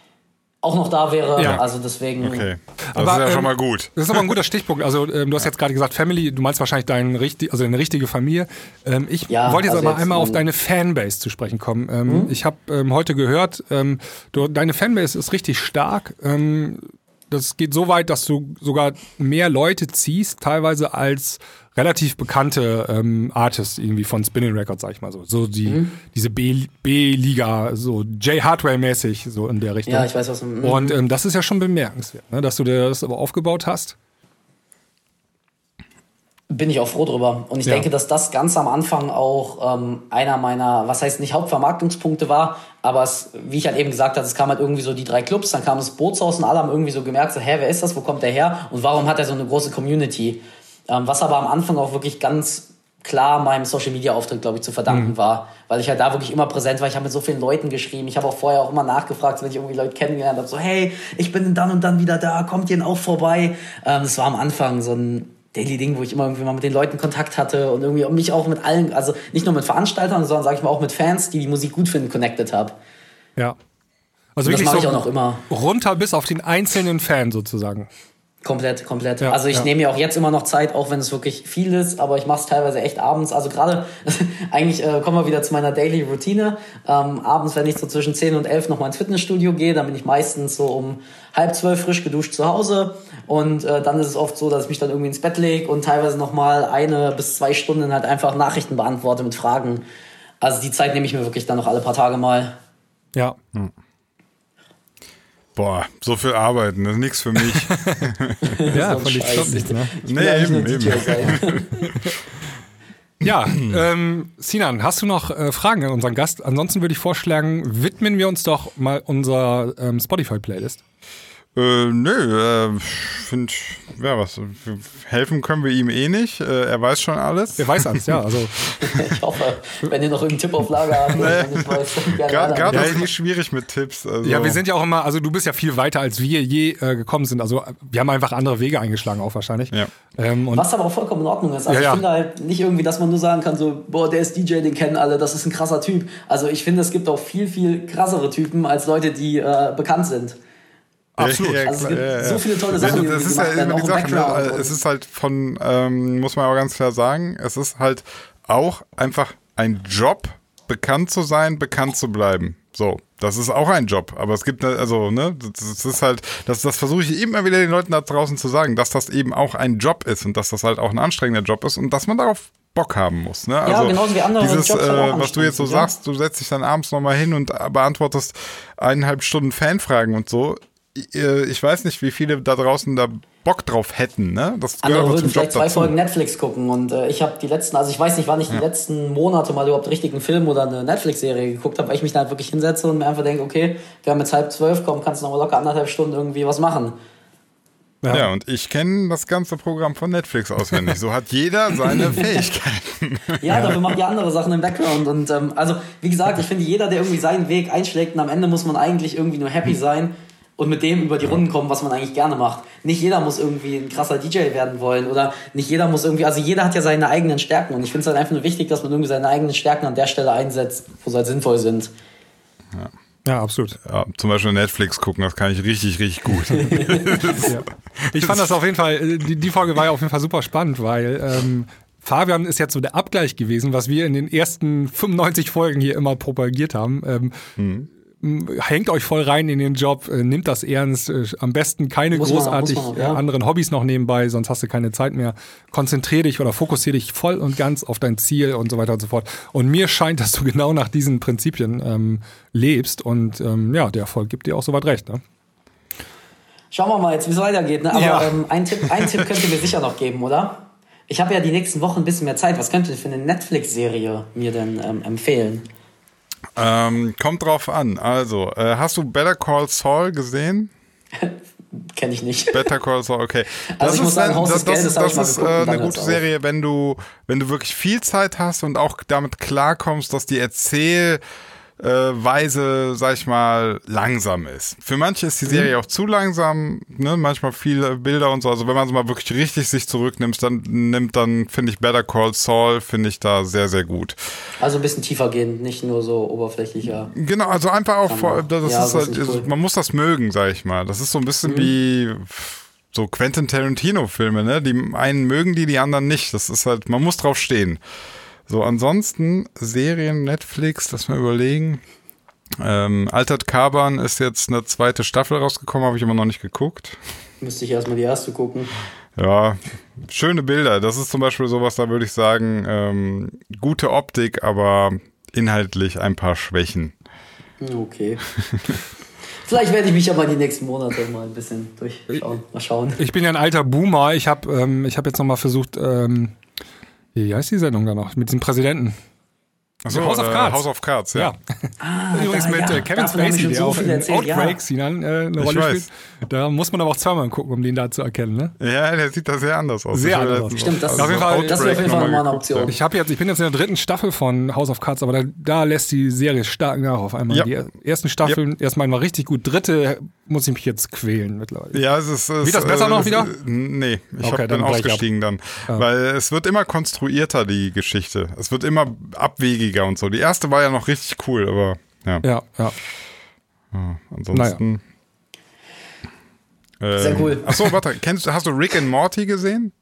auch noch da wäre, ja. also deswegen. Okay, das aber, ist ja ähm, schon mal gut. Das ist aber ein guter Stichpunkt. Also ähm, du hast jetzt gerade gesagt Family, du meinst wahrscheinlich dein richtig, also eine richtige Familie. Ähm, ich ja, wollte jetzt also aber jetzt einmal auf deine Fanbase zu sprechen kommen. Ähm, hm? Ich habe ähm, heute gehört, ähm, du, deine Fanbase ist richtig stark. Ähm, das geht so weit, dass du sogar mehr Leute ziehst, teilweise als relativ bekannte ähm, Artists irgendwie von Spinning Records, sag ich mal so. So die, mhm. diese B- B-Liga, so Jay Hardware-mäßig, so in der Richtung. Ja, ich weiß, was du meinst. Und ähm, das ist ja schon bemerkenswert, ne, dass du dir das aber aufgebaut hast. Bin ich auch froh drüber. Und ich Ja. denke, dass das ganz am Anfang auch ähm, einer meiner, was heißt nicht Hauptvermarktungspunkte war, aber es, wie ich halt eben gesagt habe, es kam halt irgendwie so die drei Clubs, dann kam das Bootshaus und alle haben irgendwie so gemerkt, so, hä, wer ist das, wo kommt der her und warum hat er so eine große Community? Ähm, was aber am Anfang auch wirklich ganz klar meinem Social-Media-Auftritt, glaube ich, zu verdanken mhm. war, weil ich halt da wirklich immer präsent war. Ich habe mit so vielen Leuten geschrieben. Ich habe auch vorher auch immer nachgefragt, wenn ich irgendwie Leute kennengelernt habe, so, hey, ich bin dann und dann wieder da, kommt ihr denn auch vorbei? Ähm, das war am Anfang so ein Daily-Ding, wo ich immer irgendwie mal mit den Leuten Kontakt hatte und irgendwie mich auch mit allen, also nicht nur mit Veranstaltern, sondern, sag ich mal, auch mit Fans, die die Musik gut finden, connected habe. Ja. Also und das wirklich mache so ich auch noch immer. Runter bis auf den einzelnen Fan sozusagen. Komplett, komplett. Ja, also ich ja. nehme mir auch jetzt immer noch Zeit, auch wenn es wirklich viel ist, aber ich mache es teilweise echt abends. Also gerade, eigentlich äh, kommen wir wieder zu meiner Daily Routine. Ähm, abends, wenn ich so zwischen zehn und elf noch mal ins Fitnessstudio gehe, dann bin ich meistens so um halb zwölf frisch geduscht zu Hause. Und äh, dann ist es oft so, dass ich mich dann irgendwie ins Bett lege und teilweise noch mal eine bis zwei Stunden halt einfach Nachrichten beantworte mit Fragen. Also die Zeit nehme ich mir wirklich dann noch alle paar Tage mal. Ja. Hm. Boah, so viel arbeiten, das ist nichts für mich. Ja, so von dich Scheiß. nicht, ne? Ich Nee, will eben, nur D J eben. sein. Ja, ähm, Sinan, hast du noch äh, Fragen an unseren Gast? Ansonsten würde ich vorschlagen, widmen wir uns doch mal unserer ähm, Spotify-Playlist. Äh, nö, äh, finde, ja, was, helfen können wir ihm eh nicht, äh, er weiß schon alles. Wer weiß alles, ja, also. Ich hoffe, wenn ihr noch irgendeinen Tipp auf Lager habt, nee. ich weiß, gerne Gerade Ja, ist nicht schwierig mit Tipps. Also. Ja, wir sind ja auch immer, also du bist ja viel weiter, als wir je äh, gekommen sind. Also wir haben einfach andere Wege eingeschlagen auch wahrscheinlich. Ja. Ähm, und Was aber auch vollkommen in Ordnung ist. Also Ja, ja. ich finde halt nicht irgendwie, dass man nur sagen kann, so, boah, der ist D J, den kennen alle, das ist ein krasser Typ. Also ich finde, es gibt auch viel, viel krassere Typen als Leute, die äh, bekannt sind. Absolut. Ja, Also es gibt ja, ja. so viele tolle Sachen, die das irgendwie ist ja gemacht werden, immer auch die im Sache, ne? Background. Es ist halt von, ähm, muss man aber ganz klar sagen, es ist halt auch einfach ein Job, bekannt zu sein, bekannt zu bleiben. So, das ist auch ein Job, aber es gibt, also, ne, das ist halt, das, das versuche ich immer wieder den Leuten da draußen zu sagen, dass das eben auch ein Job ist und dass das halt auch ein anstrengender Job ist und dass man darauf Bock haben muss. Ne? Also Ja, genauso wie andere dieses, Jobs halt auch äh, was du jetzt so anstrengend sind, ja. sagst, du setzt dich dann abends nochmal hin und beantwortest eineinhalb Stunden Fanfragen und so. Ich weiß nicht, wie viele da draußen da Bock drauf hätten, ne? Das gehört Andere aber würden zum Job vielleicht zwei dazu. Folgen Netflix gucken und äh, ich habe die letzten, also ich weiß nicht, wann ich die letzten Monate mal überhaupt richtig einen Film oder eine Netflix-Serie geguckt habe, weil ich mich da halt wirklich hinsetze und mir einfach denke, okay, wir haben jetzt halb zwölf, komm, kannst du noch mal locker anderthalb Stunden irgendwie was machen. Ja. Ja, und ich kenne das ganze Programm von Netflix auswendig. So hat jeder seine Fähigkeiten. Ja, dafür macht ihr andere Sachen im Background und ähm, also wie gesagt, ich finde, jeder, der irgendwie seinen Weg einschlägt und am Ende muss man eigentlich irgendwie nur happy sein und mit dem über die Runden kommen, was man eigentlich gerne macht. Nicht jeder muss irgendwie ein krasser D J werden wollen oder nicht jeder muss irgendwie, also jeder hat ja seine eigenen Stärken und ich finde es halt einfach nur wichtig, dass man irgendwie seine eigenen Stärken an der Stelle einsetzt, wo sie halt sinnvoll sind. Ja. Ja, absolut. Ja, zum Beispiel Netflix gucken, das kann ich richtig, richtig gut. Ja. Ich fand das auf jeden Fall, die, die Folge war ja auf jeden Fall super spannend, weil ähm, Fabian ist jetzt so der Abgleich gewesen, was wir in den ersten fünfundneunzig Folgen hier immer propagiert haben. Ähm, mhm. Hängt euch voll rein in den Job, äh, nimmt das ernst, äh, am besten keine Muss man auch, großartig muss man auch, ja. äh, anderen Hobbys noch nebenbei, sonst hast du keine Zeit mehr. Konzentrier dich oder fokussier dich voll und ganz auf dein Ziel und so weiter und so fort. Und mir scheint, dass du genau nach diesen Prinzipien ähm, lebst und ähm, ja, der Erfolg gibt dir auch soweit recht, ne? Schauen wir mal jetzt, wie es weitergeht. Ne? Aber Ja. ähm, einen Tipp, einen Tipp könnt ihr mir sicher noch geben, oder? Ich habe ja die nächsten Wochen ein bisschen mehr Zeit. Was könnt ihr für eine Netflix-Serie mir denn ähm, empfehlen? ähm, kommt drauf an. Also, äh, hast du Better Call Saul gesehen? Kenne ich nicht. Better Call Saul, okay. Also ich muss sagen, wenn- Haus des Geldes ist, habe ich das mal ist geguckt äh, und dann eine hört's gute auf. Serie, wenn du, wenn du wirklich viel Zeit hast und auch damit klarkommst, dass die Erzähl äh, Weise, sag ich mal, langsam ist. Für manche ist die Serie Mhm. auch zu langsam, ne? Manchmal viele Bilder und so. Also wenn man es mal wirklich richtig sich zurücknimmt, dann nimmt dann finde ich Better Call Saul finde ich da sehr sehr gut. Also ein bisschen tiefer gehen, nicht nur so oberflächlicher. Genau, also einfach auch, vor, das Ja, ist das halt, ist cool. man muss das mögen, sag ich mal. Das ist so ein bisschen Mhm. wie so Quentin Tarantino-Filme, ne? Die einen mögen die, die anderen nicht. Das ist halt, man muss drauf stehen. So, ansonsten Serien, Netflix, lass mal überlegen. Ähm, Altered Carbon ist jetzt eine zweite Staffel rausgekommen, habe ich immer noch nicht geguckt. Müsste ich erstmal die erste gucken. Ja, schöne Bilder. Das ist zum Beispiel sowas, da würde ich sagen, ähm, gute Optik, aber inhaltlich ein paar Schwächen. Okay. Vielleicht werde ich mich aber die nächsten Monate mal ein bisschen durchschauen. Mal schauen. Ich bin ja ein alter Boomer. Ich habe ähm, ich hab jetzt nochmal versucht, ähm, wie heißt die Sendung da noch? Mit diesem Präsidenten. Achso, House of Cards. Äh, House of Cards, ja. Ja. Ah, Übrigens da, mit ja, äh, Kevin davon hab ich Spacey, schon der so auch viel in erzählt, ja. Outbreaks Sinan, äh, eine Ich Rolle weiß. spielt. Da muss man aber auch zweimal gucken, um den da zu erkennen. Ne? Ja, der sieht da sehr anders aus. Sehr Ich habe anders letztens aus. Stimmt, das, Auf jeden Fall- das wäre auf jeden Fall Outbreak mal eine geguckt, Option. Ich, hab jetzt, ich bin jetzt in der dritten Staffel von House of Cards, aber da, da lässt die Serie stark nach auf einmal. Ja. Die ersten Staffeln erstmal mal richtig gut. Dritte muss ich mich jetzt quälen mittlerweile. Ja, es ist. Es, Wird das besser äh, noch es, wieder? Nee, ich Okay, hab, dann bin brech ich ausgestiegen dann. Ja. Weil es wird immer konstruierter, die Geschichte. Es wird immer abwegiger und so. Die erste war ja noch richtig cool, aber ja. Ja, ja. ja ansonsten. Ähm, Sehr cool. Achso, warte, kennst, hast du Rick and Morty gesehen?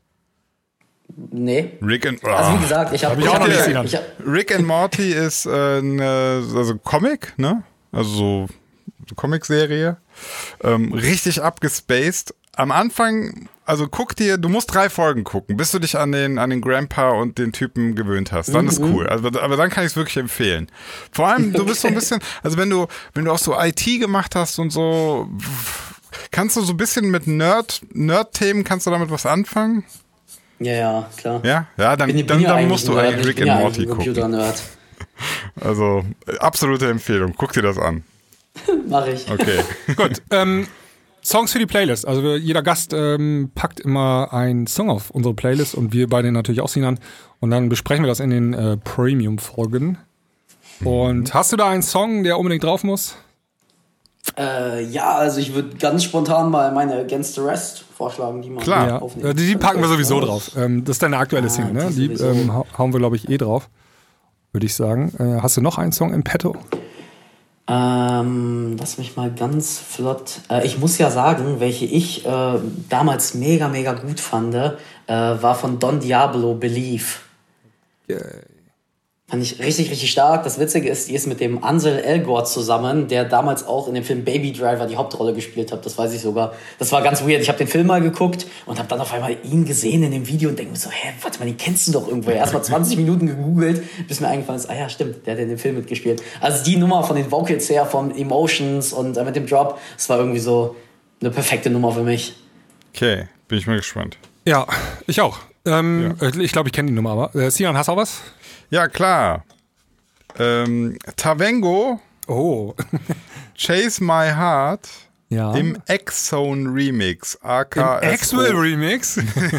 Nee. Rick and, Also wie gesagt, ich habe Hab ich auch noch nicht gesehen. ich hab, Rick and Morty ist äh, eine also Comic, ne? Also so, so Comic-Serie. Ähm, richtig abgespaced. Am Anfang, also guck dir, du musst drei Folgen gucken, bis du dich an den, an den Grandpa und den Typen gewöhnt hast. Dann Mhm. ist cool. Also, aber dann kann ich es wirklich empfehlen. Vor allem, du bist so ein bisschen, also wenn du, wenn du auch so I T gemacht hast und so, kannst du so ein bisschen mit Nerd, Nerd-Themen, kannst du damit was anfangen? ja, ja, klar. Ja? Ja, dann, Bin, bin dann, ja dann eigentlich musst du ein Nerd. eigentlich Ich Rick bin and ja Morty eigentlich ein gucken. Computer-Nerd. Also, äh, absolute Empfehlung. Guck dir das an. Mach ich. Okay. Gut, ähm, Songs für die Playlist. Also wir, jeder Gast ähm, packt immer einen Song auf unsere Playlist und wir beide natürlich auch, Sinan. Und dann besprechen wir das in den äh, Premium-Folgen. Und hast du da einen Song, der unbedingt drauf muss? Äh, ja, also ich würde ganz spontan mal meine Against the Rest vorschlagen, die man Klar. Ja, aufnehmen. äh, die, die packen wir sowieso drauf. Ähm, das ist deine aktuelle Ah, Single, ne? die Die sowieso. ähm, hau- hauen wir, glaube ich, eh drauf. Würde ich sagen. Äh, hast du noch einen Song im Petto? Ähm, lass mich mal ganz flott. Äh, ich muss ja sagen, welche ich äh, damals mega, mega gut fand, äh, war von Don Diablo, Believe. Fand ich richtig, richtig stark. Das Witzige ist, die ist mit dem Ansel Elgort zusammen, der damals auch in dem Film Baby Driver die Hauptrolle gespielt hat. Das weiß ich sogar. Das war ganz weird. Ich habe den Film mal geguckt und habe dann auf einmal ihn gesehen in dem Video und denke mir so, hä, warte mal, den kennst du doch irgendwo. Erst mal zwanzig Minuten gegoogelt, bis mir eingefallen ist, ah ja, stimmt, der hat in dem Film mitgespielt. Also die Nummer von den Vocals her, von Emotions und äh, mit dem Drop, das war irgendwie so eine perfekte Nummer für mich. Okay, bin ich mal gespannt. Ja, ich auch. Ähm, äh, Ich glaube, ich kenne die Nummer, aber. Äh, Sinan, hast du auch was? Ja, klar. Ähm, Tavengo, Oh. Chase My Heart Ja. im X-Zone Remix. A K S O. Axwell Remix.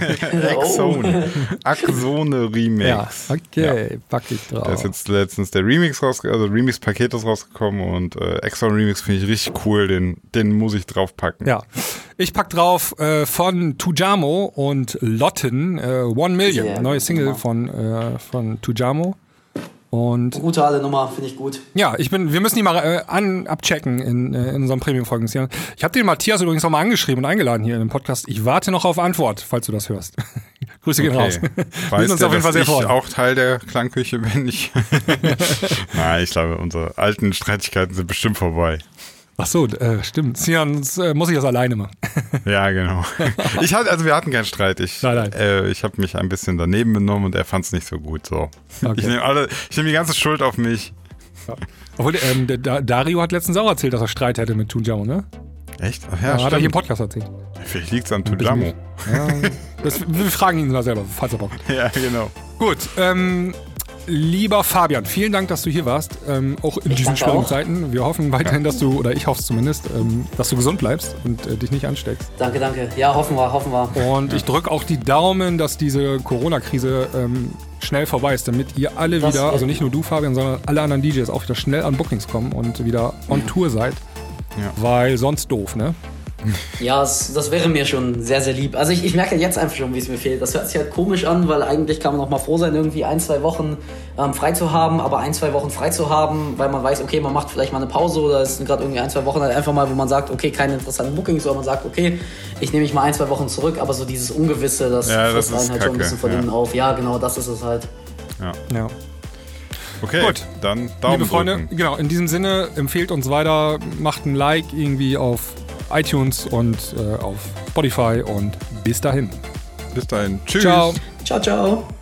X-Zone. Axone Remix. Ja, okay, pack ich drauf. Da ist jetzt letztens der Remix rausgekommen, also Remix-Paket ist rausgekommen und äh, X-Zone Remix finde ich richtig cool, den, den muss ich draufpacken. Ja, ich pack drauf äh, von Tujamo und Lotten äh, One Million, Sehr neue gute Single Nummer. von, äh, von Tujamo. Und Brutale Nummer, finde ich gut. ja, ich bin, wir müssen die mal äh, an, abchecken in, äh, in unseren Premium-Folgen. Ich habe den Matthias übrigens auch mal angeschrieben und eingeladen hier in dem Podcast. Ich warte noch auf Antwort, falls du das hörst. Grüße gehen raus. Wir Weiß sind uns der, auf jeden Fall dass sehr ich freuen. auch Teil der Klangküche bin? Ich Nein, ich glaube, unsere alten Streitigkeiten sind bestimmt vorbei. Ach so, äh, stimmt. Sinan, das, äh, muss ich das alleine machen. Ja, genau. Ich hatte, also wir hatten keinen Streit. Ich, Nein, nein. Äh, ich habe mich ein bisschen daneben benommen und er fand es nicht so gut. So. Okay. Ich nehme alle, ich nehme die ganze Schuld auf mich. Obwohl, ähm, der Da- Dario hat letztens auch erzählt, dass er Streit hätte mit Tujamo, ne? Echt? Ach Ja, ja, hat er hier im stimmt. Podcast erzählt. Vielleicht liegt es an Tujamo. Ja, das, wir fragen ihn mal selber, falls er Bock hat. Ja, genau. Gut, ähm, lieber Fabian, vielen Dank, dass du hier warst, ähm, auch in Ich diesen danke schwierigen auch. Zeiten. Wir hoffen weiterhin, dass du, oder ich hoffe es zumindest, ähm, dass du gesund bleibst und äh, dich nicht ansteckst. Danke, danke. Ja, hoffen wir, hoffen wir. Und ich drücke auch die Daumen, dass diese Corona-Krise ähm, schnell vorbei ist, damit ihr alle Das wieder, wird- also nicht nur du, Fabian, sondern alle anderen D Js auch wieder schnell an Bookings kommen und wieder on Tour seid. Ja. Weil sonst doof, ne? Ja, es, das wäre mir schon sehr, sehr lieb. Also ich, ich merke jetzt einfach schon, wie es mir fehlt. Das hört sich halt komisch an, weil eigentlich kann man auch mal froh sein, irgendwie ein, zwei Wochen ähm, frei zu haben, aber ein, zwei Wochen frei zu haben, weil man weiß, okay, man macht vielleicht mal eine Pause oder es sind gerade irgendwie ein, zwei Wochen halt einfach mal, wo man sagt, okay, keine interessanten Bookings, oder man sagt, okay, ich nehme mich mal ein, zwei Wochen zurück, aber so dieses Ungewisse, das Ja, das frisst ist einen halt schon ein kacke, bisschen von ja. innen auf. Ja, genau, das ist es halt. Ja. Okay, Gut. dann Daumen Liebe Freunde, drücken. genau, in diesem Sinne, empfehlt uns weiter, macht ein Like irgendwie auf iTunes und äh, auf Spotify und bis dahin. Bis dahin. Tschüss. Ciao. Ciao, ciao.